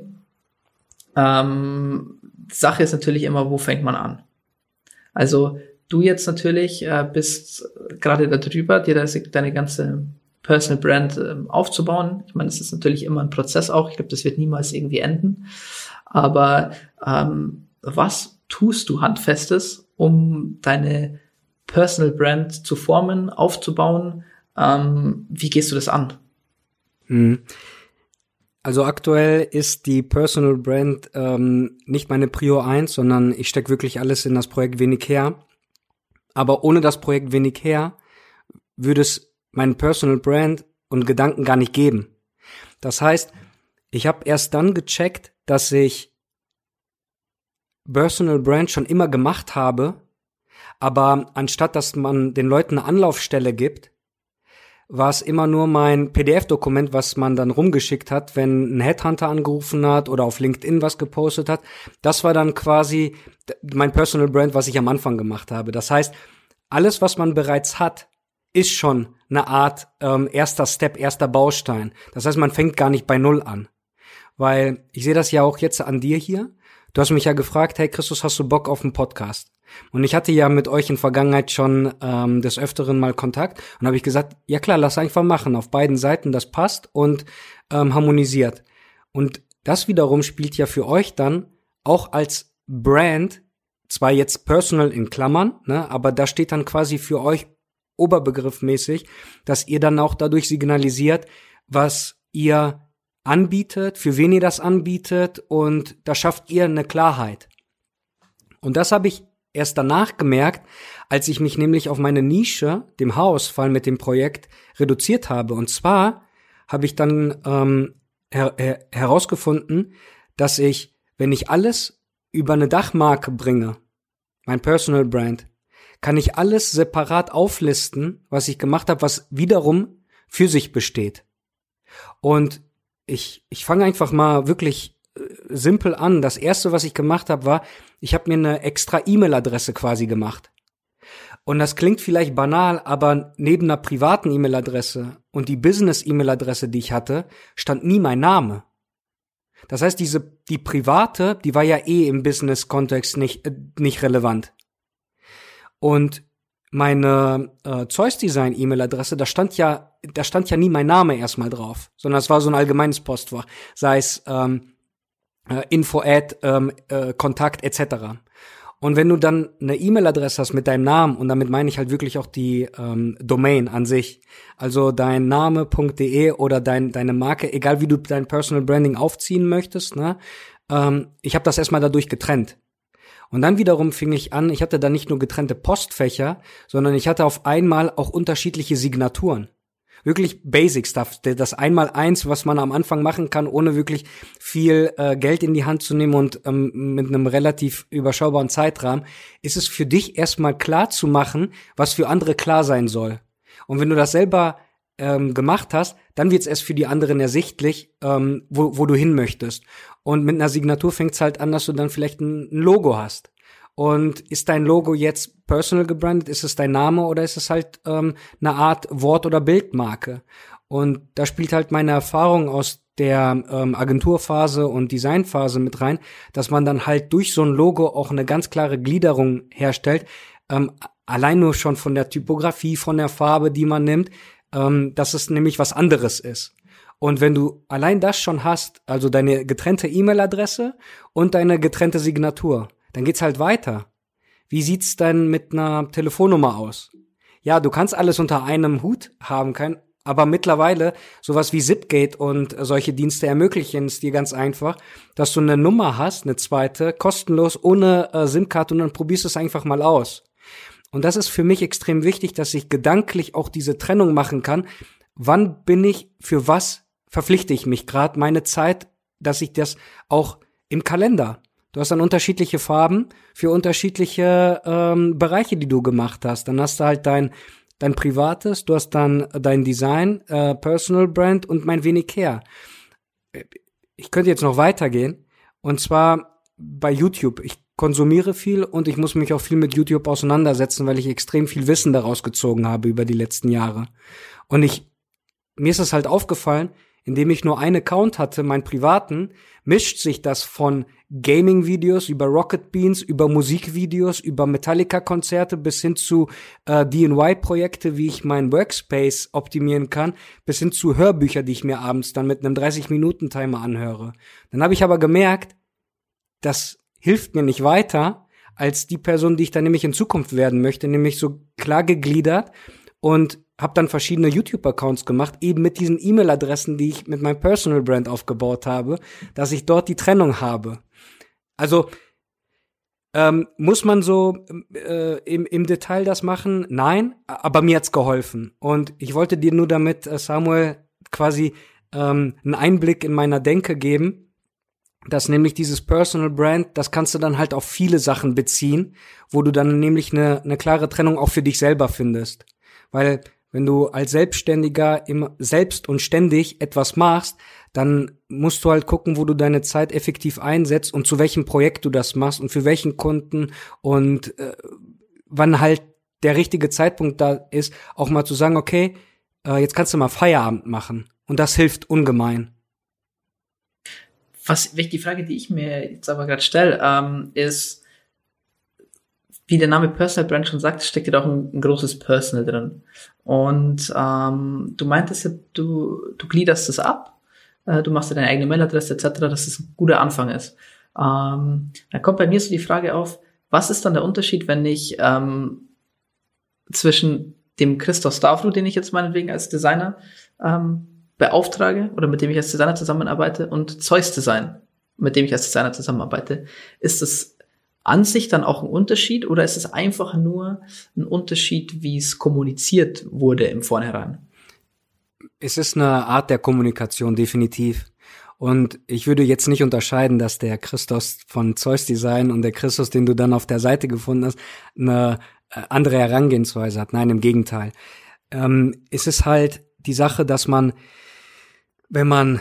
Ähm, Sache ist natürlich immer, wo fängt man an? Also du jetzt natürlich äh, bist gerade da drüber, dir das, deine ganze Personal Brand äh, aufzubauen. Ich meine, es ist natürlich immer ein Prozess auch. Ich glaube, das wird niemals irgendwie enden. Aber ähm, was tust du Handfestes, um deine Personal Brand zu formen, aufzubauen? Ähm, wie gehst du das an? Hm. Also aktuell ist die Personal Brand ähm, nicht meine Prio eins, sondern ich stecke wirklich alles in das Projekt Wenig her. Aber ohne das Projekt Wenig her würde es meinen Personal Brand und Gedanken gar nicht geben. Das heißt, ich habe erst dann gecheckt, dass ich Personal Brand schon immer gemacht habe, aber anstatt dass man den Leuten eine Anlaufstelle gibt, war es immer nur mein P D F-Dokument, was man dann rumgeschickt hat, wenn ein Headhunter angerufen hat oder auf LinkedIn was gepostet hat. Das war dann quasi mein Personal Brand, was ich am Anfang gemacht habe. Das heißt, alles, was man bereits hat, ist schon eine Art ähm, erster Step, erster Baustein. Das heißt, man fängt gar nicht bei Null an. Weil ich sehe das ja auch jetzt an dir hier. Du hast mich ja gefragt, hey Christus, hast du Bock auf einen Podcast? Und ich hatte ja mit euch in Vergangenheit schon ähm, des Öfteren mal Kontakt und habe ich gesagt, ja klar, lass einfach machen, auf beiden Seiten, das passt und ähm, harmonisiert. Und das wiederum spielt ja für euch dann auch als Brand, zwar jetzt personal in Klammern, ne, aber da steht dann quasi für euch oberbegriffmäßig, dass ihr dann auch dadurch signalisiert, was ihr anbietet, für wen ihr das anbietet, und da schafft ihr eine Klarheit. Und das habe ich erst danach gemerkt, als ich mich nämlich auf meine Nische, dem Haarausfall mit dem Projekt, reduziert habe. Und zwar habe ich dann ähm, her- her- herausgefunden, dass ich, wenn ich alles über eine Dachmarke bringe, mein Personal Brand, kann ich alles separat auflisten, was ich gemacht habe, was wiederum für sich besteht. Und ich ich fange einfach mal wirklich äh, simpel an. Das erste, was ich gemacht habe, war, ich habe mir eine extra E-Mail-Adresse quasi gemacht. Und das klingt vielleicht banal, aber neben einer privaten E-Mail-Adresse und die Business-E-Mail-Adresse, die ich hatte, stand nie mein Name. Das heißt, diese die private, die war ja eh im Business-Kontext nicht äh, nicht relevant. Und meine äh, Zeus Design E-Mail-Adresse, da stand ja, da stand ja nie mein Name erstmal drauf, sondern es war so ein allgemeines Postfach, sei es ähm, äh, Info Ad, ähm, äh, Kontakt et cetera. Und wenn du dann eine E-Mail-Adresse hast mit deinem Namen, und damit meine ich halt wirklich auch die ähm, Domain an sich, also dein Name.de oder dein deine Marke, egal wie du dein Personal Branding aufziehen möchtest, ne, ähm, ich habe das erstmal dadurch getrennt. Und dann wiederum fing ich an, ich hatte da nicht nur getrennte Postfächer, sondern ich hatte auf einmal auch unterschiedliche Signaturen. wirklich Basic Stuff, das Einmaleins, was man am Anfang machen kann, ohne wirklich viel äh, Geld in die Hand zu nehmen und ähm, mit einem relativ überschaubaren Zeitrahmen, ist es für dich erstmal klar zu machen, was für andere klar sein soll. Und wenn du das selber ähm, gemacht hast, dann wird es erst für die anderen ersichtlich, ähm, wo, wo du hin möchtest. Und mit einer Signatur fängt es halt an, dass du dann vielleicht ein, ein Logo hast. Und ist dein Logo jetzt personal gebrandet? Ist es dein Name oder ist es halt ähm, eine Art Wort- oder Bildmarke? Und da spielt halt meine Erfahrung aus der ähm, Agenturphase und Designphase mit rein, dass man dann halt durch so ein Logo auch eine ganz klare Gliederung herstellt. Ähm, allein nur schon von der Typografie, von der Farbe, die man nimmt, ähm, dass es nämlich was anderes ist. Und wenn du allein das schon hast, also deine getrennte E-Mail-Adresse und deine getrennte Signatur, dann geht's halt weiter. Wie sieht's dann mit einer Telefonnummer aus? Ja, du kannst alles unter einem Hut haben, kein, aber mittlerweile sowas wie Zipgate und solche Dienste ermöglichen es dir ganz einfach, dass du eine Nummer hast, eine zweite, kostenlos, ohne äh, SIM-Karte und dann probierst du es einfach mal aus. Und das ist für mich extrem wichtig, dass ich gedanklich auch diese Trennung machen kann. Wann bin ich, für was verpflichte ich mich gerade, meine Zeit, dass ich das auch im Kalender. Du hast dann unterschiedliche Farben für unterschiedliche ähm, Bereiche, die du gemacht hast. Dann hast du halt dein dein Privates, du hast dann dein Design, äh, Personal Brand und mein wenig Care. Ich könnte jetzt noch weitergehen. Und zwar bei YouTube. Ich konsumiere viel und ich muss mich auch viel mit YouTube auseinandersetzen, weil ich extrem viel Wissen daraus gezogen habe über die letzten Jahre. Und ich mir ist es halt aufgefallen, indem ich nur einen Account hatte, meinen privaten, mischt sich das von Gaming-Videos über Rocket Beans, über Musikvideos, über Metallica-Konzerte bis hin zu äh, D I Y-Projekte, wie ich meinen Workspace optimieren kann, bis hin zu Hörbücher, die ich mir abends dann mit einem dreißig-Minuten-Timer anhöre. Dann habe ich aber gemerkt, das hilft mir nicht weiter als die Person, die ich dann nämlich in Zukunft werden möchte, nämlich so klar gegliedert, und habe dann verschiedene YouTube-Accounts gemacht, eben mit diesen E-Mail-Adressen, die ich mit meinem Personal Brand aufgebaut habe, dass ich dort die Trennung habe. Also ähm, muss man so äh, im, im Detail das machen? Nein, aber mir hat's geholfen. Und ich wollte dir nur damit, äh, Samuel, quasi ähm, einen Einblick in meiner Denke geben, dass nämlich dieses Personal Brand, das kannst du dann halt auf viele Sachen beziehen, wo du dann nämlich eine, eine klare Trennung auch für dich selber findest. Weil wenn du als Selbstständiger immer selbst und ständig etwas machst, dann musst du halt gucken, wo du deine Zeit effektiv einsetzt und zu welchem Projekt du das machst und für welchen Kunden und äh, wann halt der richtige Zeitpunkt da ist, auch mal zu sagen, okay, äh, jetzt kannst du mal Feierabend machen. Und das hilft ungemein. Was, die Frage, die ich mir jetzt aber gerade stelle, ähm, ist, wie der Name Personal Brand schon sagt, steckt ja doch ein, ein großes Personal drin. Und ähm, du meintest ja, du, du gliederst es ab, äh, du machst dir deine eigene Mailadresse et cetera, dass es ein guter Anfang ist. Ähm, dann kommt bei mir so die Frage auf, was ist dann der Unterschied, wenn ich ähm, zwischen dem Christoph Stavru, den ich jetzt meinetwegen als Designer ähm, beauftrage oder mit dem ich als Designer zusammenarbeite, und Zeus Design, mit dem ich als Designer zusammenarbeite, ist es an sich dann auch ein Unterschied oder ist es einfach nur ein Unterschied, wie es kommuniziert wurde im Vornherein? Es ist eine Art der Kommunikation, definitiv. Und ich würde jetzt nicht unterscheiden, dass der Christos von Zeus Design und der Christos, den du dann auf der Seite gefunden hast, eine andere Herangehensweise hat. Nein, im Gegenteil. Ähm, es ist halt die Sache, dass man, wenn man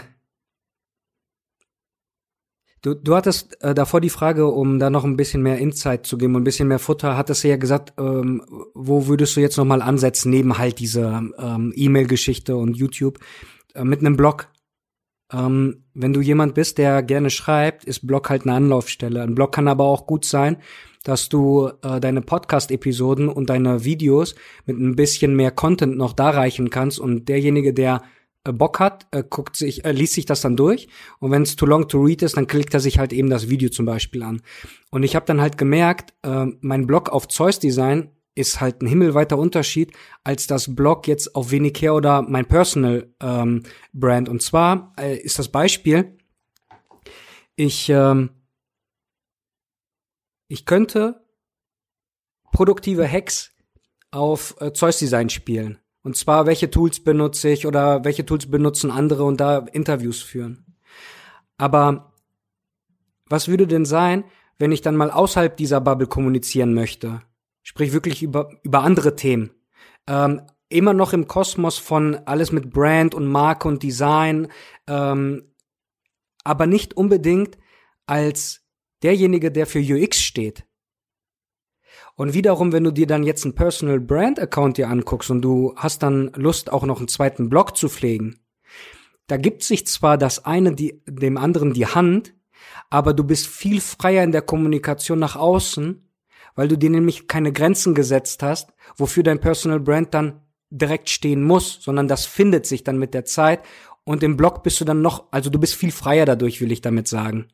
Du, du hattest äh, davor die Frage, um da noch ein bisschen mehr Insight zu geben und ein bisschen mehr Futter, hattest du ja gesagt, ähm, wo würdest du jetzt nochmal ansetzen, neben halt dieser ähm, E-Mail-Geschichte und YouTube, äh, mit einem Blog. Ähm, wenn du jemand bist, der gerne schreibt, ist Blog halt eine Anlaufstelle. Ein Blog kann aber auch gut sein, dass du äh, deine Podcast-Episoden und deine Videos mit ein bisschen mehr Content noch darreichen kannst und derjenige, der Bock hat, äh, guckt sich, äh, liest sich das dann durch, und wenn es too long to read ist, dann klickt er sich halt eben das Video zum Beispiel an. Und ich habe dann halt gemerkt, äh, mein Blog auf Zeus Design ist halt ein himmelweiter Unterschied als das Blog jetzt auf wenig Care oder mein Personal ähm, Brand. Und zwar äh, ist das Beispiel, ich ähm, ich könnte produktive Hacks auf äh, Zeus Design spielen. Und zwar, welche Tools benutze ich oder welche Tools benutzen andere und da Interviews führen. Aber was würde denn sein, wenn ich dann mal außerhalb dieser Bubble kommunizieren möchte? Sprich wirklich über, über andere Themen. Ähm, immer noch im Kosmos von alles mit Brand und Marke und Design, ähm, aber nicht unbedingt als derjenige, der für U X steht. Und wiederum, wenn du dir dann jetzt einen Personal Brand Account dir anguckst und du hast dann Lust, auch noch einen zweiten Blog zu pflegen, da gibt sich zwar das eine die, dem anderen die Hand, aber du bist viel freier in der Kommunikation nach außen, weil du dir nämlich keine Grenzen gesetzt hast, wofür dein Personal Brand dann direkt stehen muss, sondern das findet sich dann mit der Zeit und im Blog bist du dann noch, also du bist viel freier dadurch, will ich damit sagen.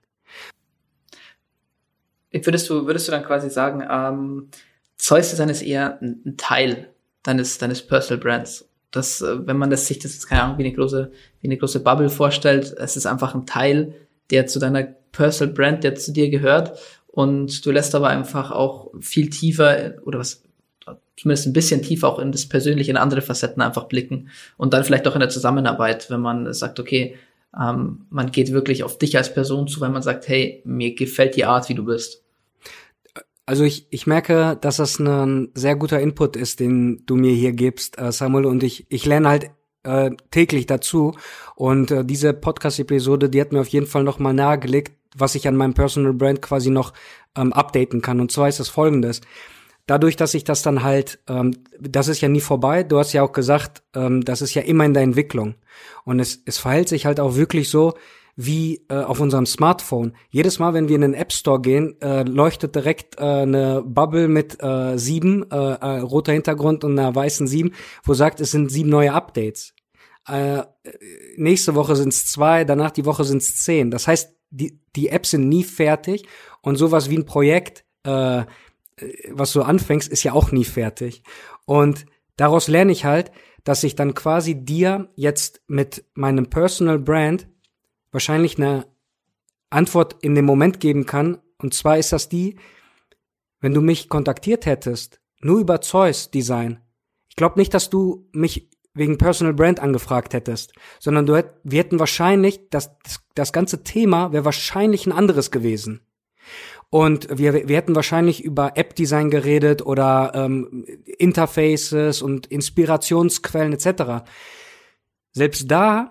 Würdest du, würdest du dann quasi sagen, ähm, Zeus Design ist eher ein, ein Teil deines, deines Personal Brands? Das, äh, wenn man das sich, das ist keine Ahnung, wie eine große, wie eine große Bubble vorstellt, es ist einfach ein Teil, der zu deiner Personal Brand, der zu dir gehört, und du lässt aber einfach auch viel tiefer, oder was, zumindest ein bisschen tiefer auch in das Persönliche, in andere Facetten einfach blicken und dann vielleicht auch in der Zusammenarbeit, wenn man sagt, okay, ähm, man geht wirklich auf dich als Person zu, weil man sagt, hey, mir gefällt die Art, wie du bist. Also ich, ich merke, dass das ein sehr guter Input ist, den du mir hier gibst, äh, Samuel, und ich, ich lerne halt äh, täglich dazu, und äh, diese Podcast-Episode, die hat mir auf jeden Fall nochmal nahegelegt, was ich an meinem Personal Brand quasi noch ähm, updaten kann, und zwar ist das Folgendes: Dadurch, dass ich das dann halt, ähm, das ist ja nie vorbei, du hast ja auch gesagt, ähm, das ist ja immer in der Entwicklung, und es, es verhält sich halt auch wirklich so, wie äh, auf unserem Smartphone. Jedes Mal, wenn wir in den App Store gehen, äh, leuchtet direkt äh, eine Bubble mit äh, sieben, äh, äh, roter Hintergrund und einer weißen sieben, wo sagt, es sind sieben neue Updates. Äh, nächste Woche sind es zwei, danach die Woche sind es zehn. Das heißt, die, die Apps sind nie fertig, und sowas wie ein Projekt, äh, was du anfängst, ist ja auch nie fertig. Und daraus lerne ich halt, dass ich dann quasi dir jetzt mit meinem Personal Brand wahrscheinlich eine Antwort in dem Moment geben kann. Und zwar ist das die: Wenn du mich kontaktiert hättest, nur über Zeus Design, ich glaube nicht, dass du mich wegen Personal Brand angefragt hättest, sondern du hätt, wir hätten wahrscheinlich, das, das, das ganze Thema wäre wahrscheinlich ein anderes gewesen. Und wir, wir hätten wahrscheinlich über App-Design geredet oder ähm, Interfaces und Inspirationsquellen et cetera. Selbst da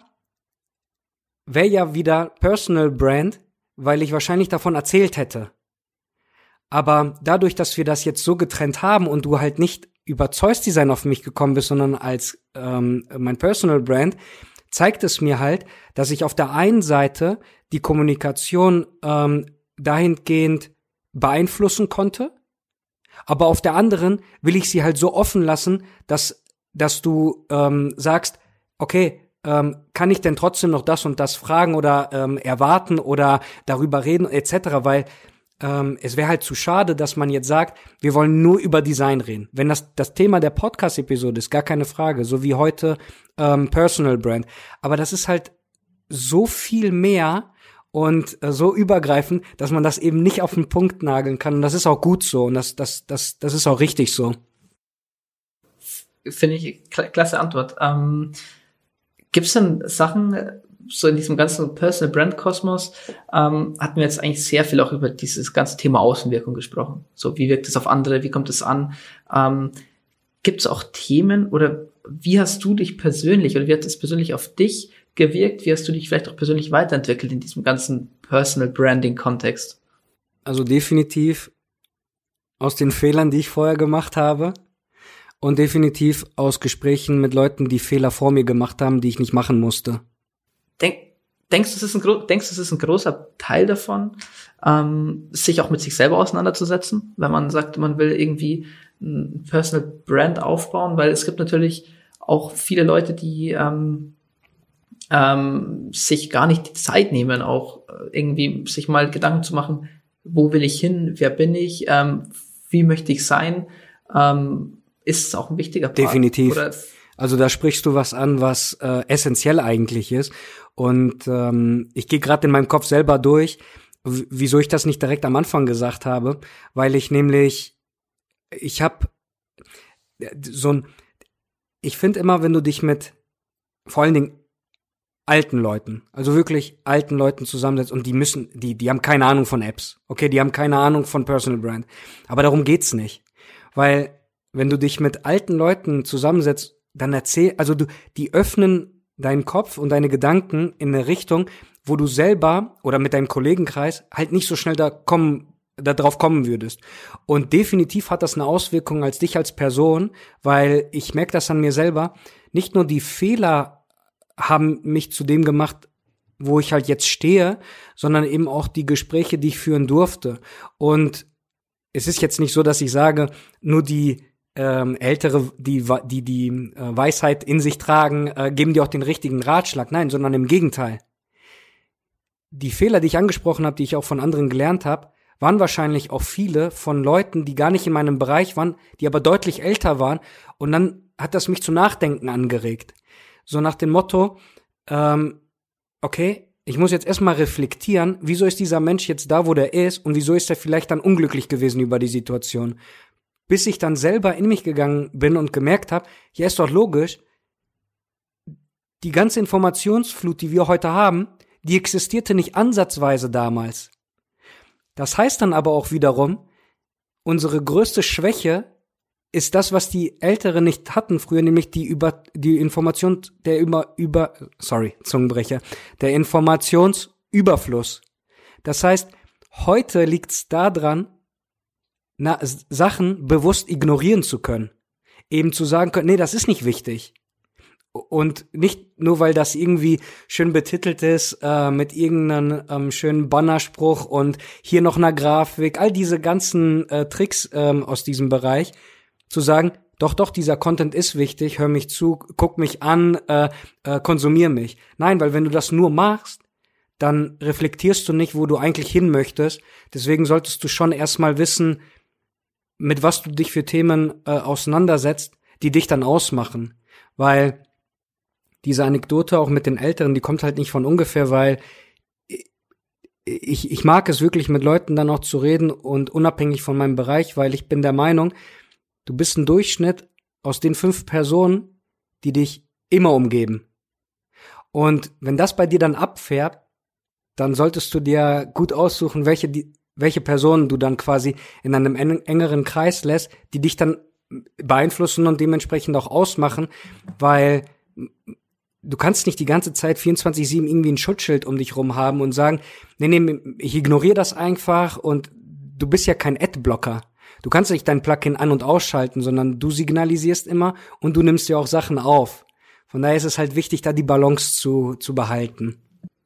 wäre ja wieder Personal Brand, weil ich wahrscheinlich davon erzählt hätte. Aber dadurch, dass wir das jetzt so getrennt haben und du halt nicht über Zeus Design auf mich gekommen bist, sondern als ähm, mein Personal Brand, zeigt es mir halt, dass ich auf der einen Seite die Kommunikation ähm, dahingehend beeinflussen konnte, aber auf der anderen will ich sie halt so offen lassen, dass dass du ähm, sagst, okay, ähm, kann ich denn trotzdem noch das und das fragen oder ähm, erwarten oder darüber reden et cetera, weil ähm, es wäre halt zu schade, dass man jetzt sagt, wir wollen nur über Design reden. Wenn das das Thema der Podcast-Episode ist, gar keine Frage, so wie heute ähm, Personal Brand, aber das ist halt so viel mehr und äh, so übergreifend, dass man das eben nicht auf den Punkt nageln kann. Und das ist auch gut so. Und das, das, das, das ist auch richtig so. Finde ich klasse Antwort. Ähm, Gibt es denn Sachen, so in diesem ganzen Personal Brand Kosmos, ähm, hatten wir jetzt eigentlich sehr viel auch über dieses ganze Thema Außenwirkung gesprochen. So, wie wirkt es auf andere? Wie kommt es an? Ähm, Gibt es auch Themen, oder wie hast du dich persönlich, oder wie hat es persönlich auf dich gewirkt? Wie hast du dich vielleicht auch persönlich weiterentwickelt in diesem ganzen Personal Branding Kontext? Also definitiv aus den Fehlern, die ich vorher gemacht habe, und definitiv aus Gesprächen mit Leuten, die Fehler vor mir gemacht haben, die ich nicht machen musste. Denk, denkst du, es ist ein, gro- denkst du, es ist ein großer Teil davon, ähm, sich auch mit sich selber auseinanderzusetzen, wenn man sagt, man will irgendwie ein Personal Brand aufbauen? Weil es gibt natürlich auch viele Leute, die ähm, ähm, sich gar nicht die Zeit nehmen, auch irgendwie sich mal Gedanken zu machen, wo will ich hin, wer bin ich, ähm, wie möchte ich sein, ähm, ist es auch ein wichtiger Part. Definitiv. Oder? Also da sprichst du was an, was äh, essentiell eigentlich ist. Und ähm, ich gehe gerade in meinem Kopf selber durch, w- wieso ich das nicht direkt am Anfang gesagt habe, weil ich nämlich, ich habe so ein, ich finde immer, wenn du dich mit vor allen Dingen alten Leuten, also wirklich alten Leuten zusammensetzt und die müssen, die, die haben keine Ahnung von Apps, okay, die haben keine Ahnung von Personal Brand, aber darum geht's nicht, weil wenn du dich mit alten Leuten zusammensetzt, dann erzähl, also du, die öffnen deinen Kopf und deine Gedanken in eine Richtung, wo du selber oder mit deinem Kollegenkreis halt nicht so schnell da kommen, da drauf kommen würdest. Und definitiv hat das eine Auswirkung als dich als Person, weil ich merke das an mir selber, nicht nur die Fehler haben mich zu dem gemacht, wo ich halt jetzt stehe, sondern eben auch die Gespräche, die ich führen durfte. Und es ist jetzt nicht so, dass ich sage, nur die ähm, Ältere, die die die äh, Weisheit in sich tragen, äh, geben dir auch den richtigen Ratschlag. Nein, sondern im Gegenteil. Die Fehler, die ich angesprochen habe, die ich auch von anderen gelernt habe, waren wahrscheinlich auch viele von Leuten, die gar nicht in meinem Bereich waren, die aber deutlich älter waren. Und dann hat das mich zum Nachdenken angeregt. So nach dem Motto, ähm, okay, ich muss jetzt erstmal reflektieren, wieso ist dieser Mensch jetzt da, wo der ist und wieso ist er vielleicht dann unglücklich gewesen über die Situation. Bis ich dann selber in mich gegangen bin und gemerkt habe, ja, ist doch logisch, die ganze Informationsflut, die wir heute haben, die existierte nicht ansatzweise damals. Das heißt dann aber auch wiederum, unsere größte Schwäche ist das, was die Älteren nicht hatten früher, nämlich die über die Information der über über sorry Zungenbrecher der Informationsüberfluss. Das heißt, heute liegt's daran, na, Sachen bewusst ignorieren zu können, eben zu sagen können, nee, das ist nicht wichtig. Und nicht nur, weil das irgendwie schön betitelt ist, äh, mit irgendeinem ähm, schönen Bannerspruch und hier noch einer Grafik, all diese ganzen äh, Tricks ähm, aus diesem Bereich, zu sagen, doch, doch, dieser Content ist wichtig, hör mich zu, guck mich an, äh, äh, konsumier mich. Nein, weil wenn du das nur machst, dann reflektierst du nicht, wo du eigentlich hin möchtest. Deswegen solltest du schon erstmal wissen, mit was du dich für Themen äh, auseinandersetzt, die dich dann ausmachen. Weil diese Anekdote auch mit den Älteren, die kommt halt nicht von ungefähr, weil ich, ich mag es wirklich, mit Leuten dann auch zu reden und unabhängig von meinem Bereich, weil ich bin der Meinung, du bist ein Durchschnitt aus den fünf Personen, die dich immer umgeben. Und wenn das bei dir dann abfärbt, dann solltest du dir gut aussuchen, welche die welche Personen du dann quasi in einem engeren Kreis lässt, die dich dann beeinflussen und dementsprechend auch ausmachen, weil du kannst nicht die ganze Zeit vierundzwanzig sieben irgendwie ein Schutzschild um dich rum haben und sagen, nee, nee, ich ignoriere das einfach und du bist ja kein Adblocker. Du kannst nicht dein Plugin an- und ausschalten, sondern du signalisierst immer und du nimmst ja auch Sachen auf. Von daher ist es halt wichtig, da die Balance zu, zu behalten.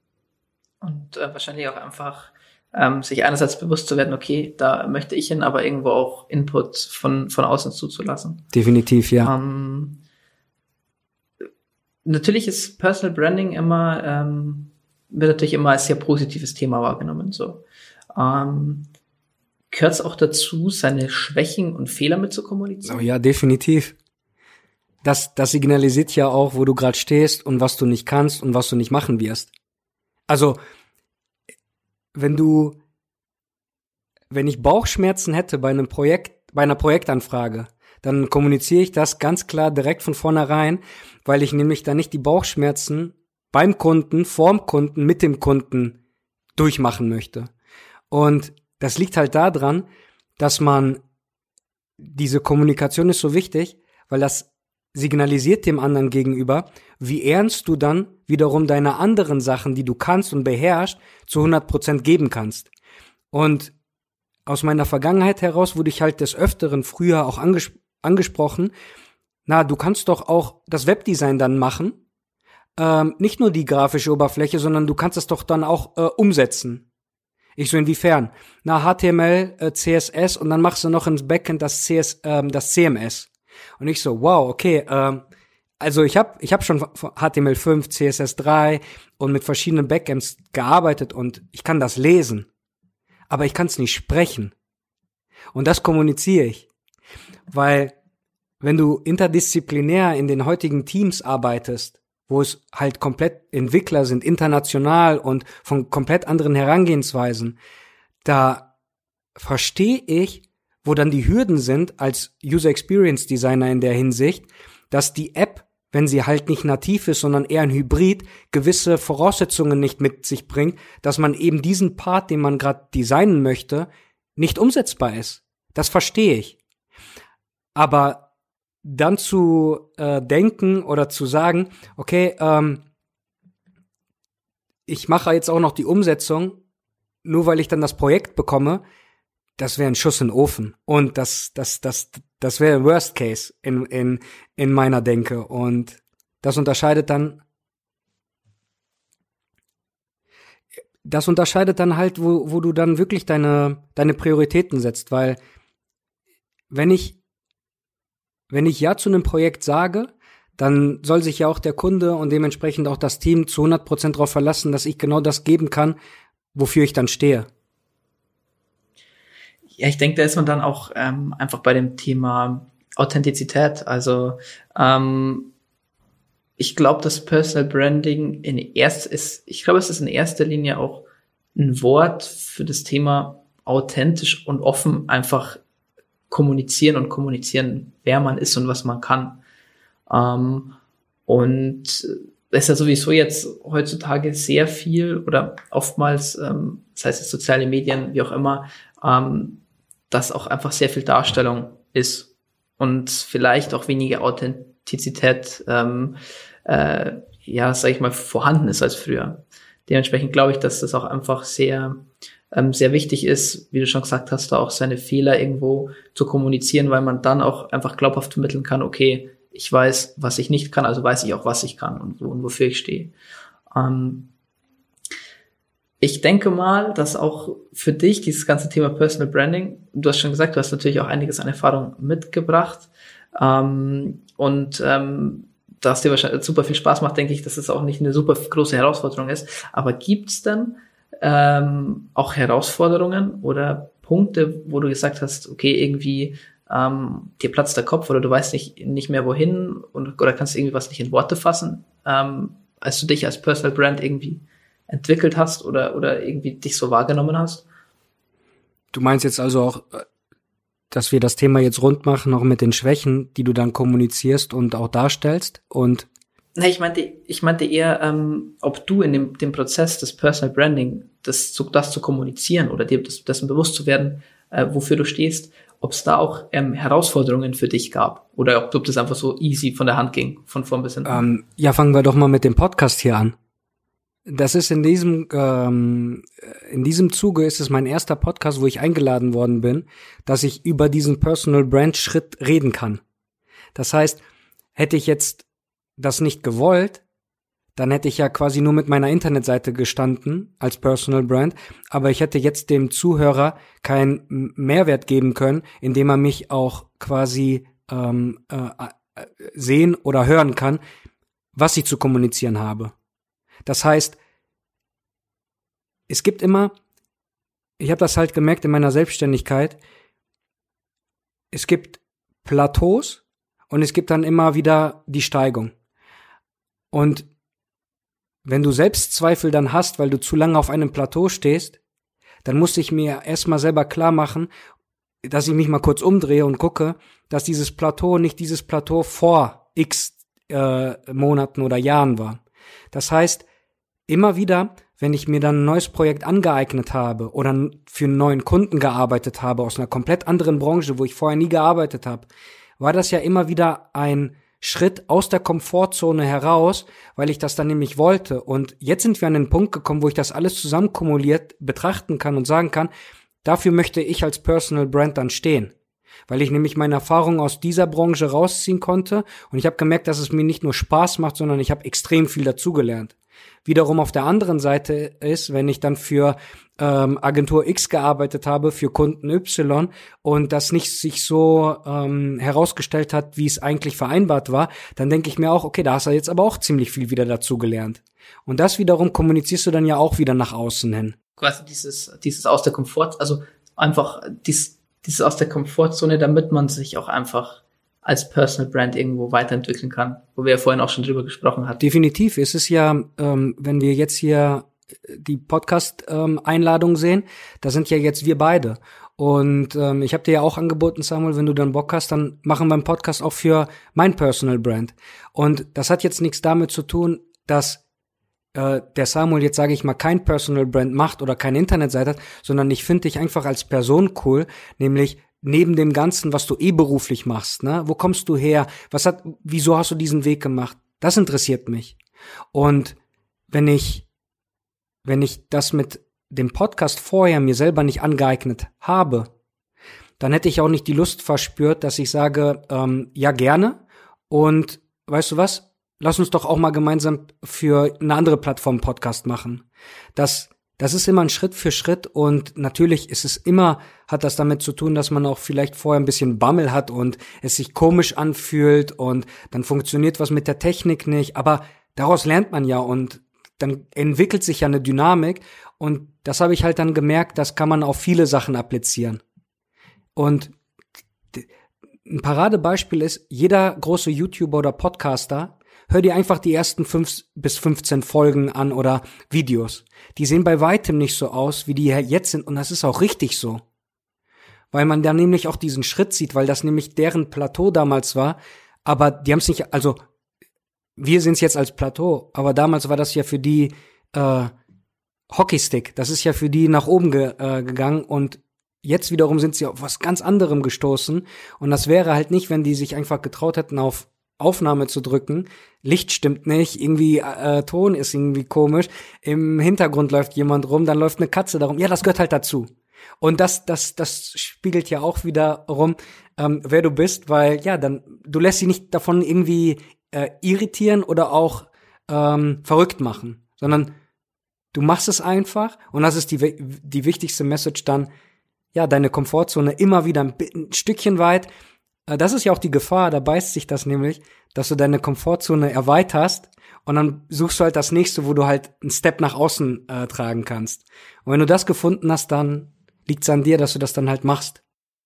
Und äh, wahrscheinlich auch einfach ähm, sich einerseits bewusst zu werden, okay, da möchte ich hin, aber irgendwo auch Input von von außen zuzulassen. Definitiv, ja. Ähm, natürlich ist Personal Branding immer, ähm, wird natürlich immer als sehr positives Thema wahrgenommen. So ähm, gehört es auch dazu, seine Schwächen und Fehler mit zu kommunizieren? Oh ja, definitiv. Das, das signalisiert ja auch, wo du gerade stehst und was du nicht kannst und was du nicht machen wirst. Also, wenn du, wenn ich Bauchschmerzen hätte bei einem Projekt, bei einer Projektanfrage, dann kommuniziere ich das ganz klar direkt von vornherein, weil ich nämlich da nicht die Bauchschmerzen beim Kunden, vorm Kunden, mit dem Kunden durchmachen möchte. Und das liegt halt daran, dass man, diese Kommunikation ist so wichtig, weil das signalisiert dem anderen gegenüber, wie ernst du dann wiederum deine anderen Sachen, die du kannst und beherrschst, zu hundert Prozent geben kannst. Und aus meiner Vergangenheit heraus wurde ich halt des Öfteren früher auch anges- angesprochen, na, du kannst doch auch das Webdesign dann machen, ähm, nicht nur die grafische Oberfläche, sondern du kannst es doch dann auch äh, umsetzen. Ich so, inwiefern? Na, H T M L, äh, C S S und dann machst du noch ins Backend das C S, ähm, das C M S. Und ich so, wow, okay, ähm, also ich habe ich hab schon H T M L fünf, C S S drei und mit verschiedenen Backends gearbeitet und ich kann das lesen, aber ich kann es nicht sprechen. Und das kommuniziere ich, weil wenn du interdisziplinär in den heutigen Teams arbeitest, wo es halt komplett Entwickler sind, international und von komplett anderen Herangehensweisen, da verstehe ich, wo dann die Hürden sind als User Experience Designer in der Hinsicht, dass die App, wenn sie halt nicht nativ ist, sondern eher ein Hybrid, gewisse Voraussetzungen nicht mit sich bringt, dass man eben diesen Part, den man gerade designen möchte, nicht umsetzbar ist. Das verstehe ich. Aber dann zu äh, denken oder zu sagen, okay, ähm, ich mache jetzt auch noch die Umsetzung, nur weil ich dann das Projekt bekomme, das wäre ein Schuss in den Ofen. Und das, das, das, das wäre Worst Case in, in, in meiner Denke. Und das unterscheidet dann, das unterscheidet dann halt, wo, wo du dann wirklich deine, deine Prioritäten setzt. Weil, wenn ich, wenn ich Ja zu einem Projekt sage, dann soll sich ja auch der Kunde und dementsprechend auch das Team zu hundert Prozent darauf verlassen, dass ich genau das geben kann, wofür ich dann stehe. Ja, ich denke, da ist man dann auch ähm, einfach bei dem Thema Authentizität. Also ähm, ich glaube, dass Personal Branding in erst ist, ich glaube, es ist in erster Linie auch ein Wort für das Thema authentisch und offen einfach kommunizieren und kommunizieren, wer man ist und was man kann. Ähm, und es ist ja sowieso jetzt heutzutage sehr viel oder oftmals, ähm, das heißt jetzt soziale Medien, wie auch immer, ähm, dass auch einfach sehr viel Darstellung ist und vielleicht auch weniger Authentizität, ähm, äh, ja, sag ich mal, vorhanden ist als früher. Dementsprechend glaube ich, dass das auch einfach sehr, ähm, sehr wichtig ist, wie du schon gesagt hast, da auch seine Fehler irgendwo zu kommunizieren, weil man dann auch einfach glaubhaft vermitteln kann, okay, ich weiß, was ich nicht kann, also weiß ich auch, was ich kann und, und wofür ich stehe. Ähm, ich denke mal, dass auch für dich dieses ganze Thema Personal Branding, du hast schon gesagt, du hast natürlich auch einiges an Erfahrung mitgebracht ähm, und ähm, dass dir wahrscheinlich super viel Spaß macht, denke ich, dass es auch nicht eine super große Herausforderung ist. Aber gibt es denn ähm, auch Herausforderungen oder Punkte, wo du gesagt hast, okay, irgendwie ähm, dir platzt der Kopf oder du weißt nicht, nicht mehr wohin und, oder kannst irgendwie was nicht in Worte fassen, ähm, als du dich als Personal Brand irgendwie entwickelt hast oder, oder irgendwie dich so wahrgenommen hast? Du meinst jetzt also auch, dass wir das Thema jetzt rund machen, auch mit den Schwächen, die du dann kommunizierst und auch darstellst und Nee, ich meinte, ich meinte eher, ähm, ob du in dem, dem Prozess des Personal Branding, das zu, das zu kommunizieren oder dir das, dessen bewusst zu werden, äh, wofür du stehst, ob es da auch ähm, Herausforderungen für dich gab oder ob, ob das einfach so easy von der Hand ging, von vorn bis hinten. Ähm, ja, fangen wir doch mal mit dem Podcast hier an. Das ist in diesem ähm, in diesem Zuge ist es mein erster Podcast, wo ich eingeladen worden bin, dass ich über diesen Personal Brand Schritt reden kann. Das heißt, hätte ich jetzt das nicht gewollt, dann hätte ich ja quasi nur mit meiner Internetseite gestanden als Personal Brand, aber ich hätte jetzt dem Zuhörer keinen Mehrwert geben können, indem er mich auch quasi ähm, äh, sehen oder hören kann, was ich zu kommunizieren habe. Das heißt, es gibt immer, ich habe das halt gemerkt in meiner Selbstständigkeit, es gibt Plateaus und es gibt dann immer wieder die Steigung. Und wenn du Selbstzweifel dann hast, weil du zu lange auf einem Plateau stehst, dann musste ich mir erstmal selber klar machen, dass ich mich mal kurz umdrehe und gucke, dass dieses Plateau nicht dieses Plateau vor x äh, Monaten oder Jahren war. Das heißt, immer wieder, wenn ich mir dann ein neues Projekt angeeignet habe oder für einen neuen Kunden gearbeitet habe aus einer komplett anderen Branche, wo ich vorher nie gearbeitet habe, war das ja immer wieder ein Schritt aus der Komfortzone heraus, weil ich das dann nämlich wollte. Und jetzt sind wir an den Punkt gekommen, wo ich das alles zusammen kumuliert betrachten kann und sagen kann, dafür möchte ich als Personal Brand dann stehen. Weil ich nämlich meine Erfahrungen aus dieser Branche rausziehen konnte und ich habe gemerkt, dass es mir nicht nur Spaß macht, sondern ich habe extrem viel dazugelernt. Wiederum auf der anderen Seite ist, wenn ich dann für ähm, Agentur X gearbeitet habe, für Kunden Y und das nicht sich so ähm, herausgestellt hat, wie es eigentlich vereinbart war, dann denke ich mir auch, okay, da hast du jetzt aber auch ziemlich viel wieder dazugelernt. Und das wiederum kommunizierst du dann ja auch wieder nach außen hin. Quasi dieses, dieses aus der Komfort, also einfach dies, dieses aus der Komfortzone, damit man sich auch einfach als Personal Brand irgendwo weiterentwickeln kann, wo wir ja vorhin auch schon drüber gesprochen hatten. Definitiv ist es ja, ähm, wenn wir jetzt hier die Podcast-Einladung ähm, sehen, da sind ja jetzt wir beide. Und ähm, ich habe dir ja auch angeboten, Samuel, wenn du dann Bock hast, dann machen wir einen Podcast auch für mein Personal Brand. Und das hat jetzt nichts damit zu tun, dass äh, der Samuel jetzt, sage ich mal, kein Personal Brand macht oder keine Internetseite hat, sondern ich finde dich einfach als Person cool, nämlich neben dem Ganzen, was du eh beruflich machst, ne? Wo kommst du her? Was hat, wieso hast du diesen Weg gemacht? Das interessiert mich. Und wenn ich, wenn ich das mit dem Podcast vorher mir selber nicht angeeignet habe, dann hätte ich auch nicht die Lust verspürt, dass ich sage, ähm, ja gerne und weißt du was, lass uns doch auch mal gemeinsam für eine andere Plattform Podcast machen. Das, das ist immer ein Schritt für Schritt und natürlich ist es immer, hat das damit zu tun, dass man auch vielleicht vorher ein bisschen Bammel hat und es sich komisch anfühlt und dann funktioniert was mit der Technik nicht, aber daraus lernt man ja und dann entwickelt sich ja eine Dynamik und das habe ich halt dann gemerkt, das kann man auf viele Sachen applizieren. Und ein Paradebeispiel ist, jeder große YouTuber oder Podcaster, hör dir einfach die ersten fünf bis fünfzehn Folgen an oder Videos. Die sehen bei weitem nicht so aus, wie die jetzt sind und das ist auch richtig so. Weil man da nämlich auch diesen Schritt sieht, weil das nämlich deren Plateau damals war, aber die haben es nicht, also wir sehen es jetzt als Plateau, aber damals war das ja für die äh, Hockeystick. Das ist ja für die nach oben ge, äh, gegangen und jetzt wiederum sind sie auf was ganz anderem gestoßen. Und das wäre halt nicht, wenn die sich einfach getraut hätten, auf Aufnahme zu drücken. Licht stimmt nicht, irgendwie äh, Ton ist irgendwie komisch. Im Hintergrund läuft jemand rum, dann läuft eine Katze darum. Ja, das gehört halt dazu. Und das, das, das spiegelt ja auch wieder rum, ähm, wer du bist, weil ja, dann du lässt sie nicht davon irgendwie Äh, irritieren oder auch ähm, verrückt machen, sondern du machst es einfach und das ist die die wichtigste Message dann, ja, deine Komfortzone immer wieder ein, ein Stückchen weit. Äh, das ist ja auch die Gefahr, da beißt sich das nämlich, dass du deine Komfortzone erweiterst und dann suchst du halt das nächste, wo du halt einen Step nach außen äh, tragen kannst. Und wenn du das gefunden hast, dann liegt's an dir, dass du das dann halt machst.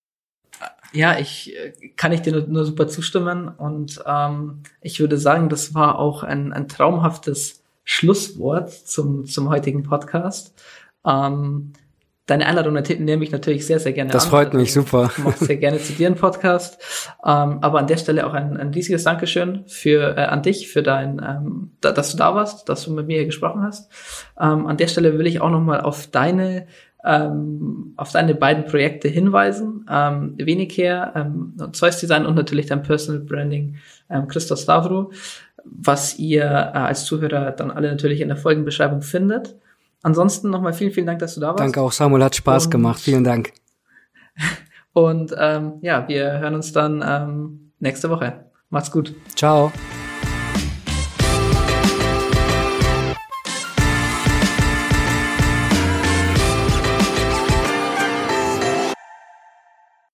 Ja, ich kann ich dir nur, nur super zustimmen und ähm, ich würde sagen, das war auch ein, ein traumhaftes Schlusswort zum zum heutigen Podcast. Ähm, deine Einladung nehme ich natürlich sehr, sehr gerne das an. Das freut mich, super. Ich mache sehr gerne zu dir einen Podcast. Ähm, aber an der Stelle auch ein, ein riesiges Dankeschön für äh, an dich, für dein, ähm, da, dass du da warst, dass du mit mir hier gesprochen hast. Ähm, an der Stelle will ich auch nochmal auf deine Ähm, auf deine beiden Projekte hinweisen, ähm, Venicare, ähm, Zeus Design und natürlich dein Personal Branding, ähm, Christos Stavro, was ihr äh, als Zuhörer dann alle natürlich in der Folgenbeschreibung findet. Ansonsten nochmal vielen, vielen Dank, dass du da warst. Danke auch, Samuel, hat Spaß und, gemacht, vielen Dank. Und ähm, ja, wir hören uns dann ähm, nächste Woche. Macht's gut. Ciao.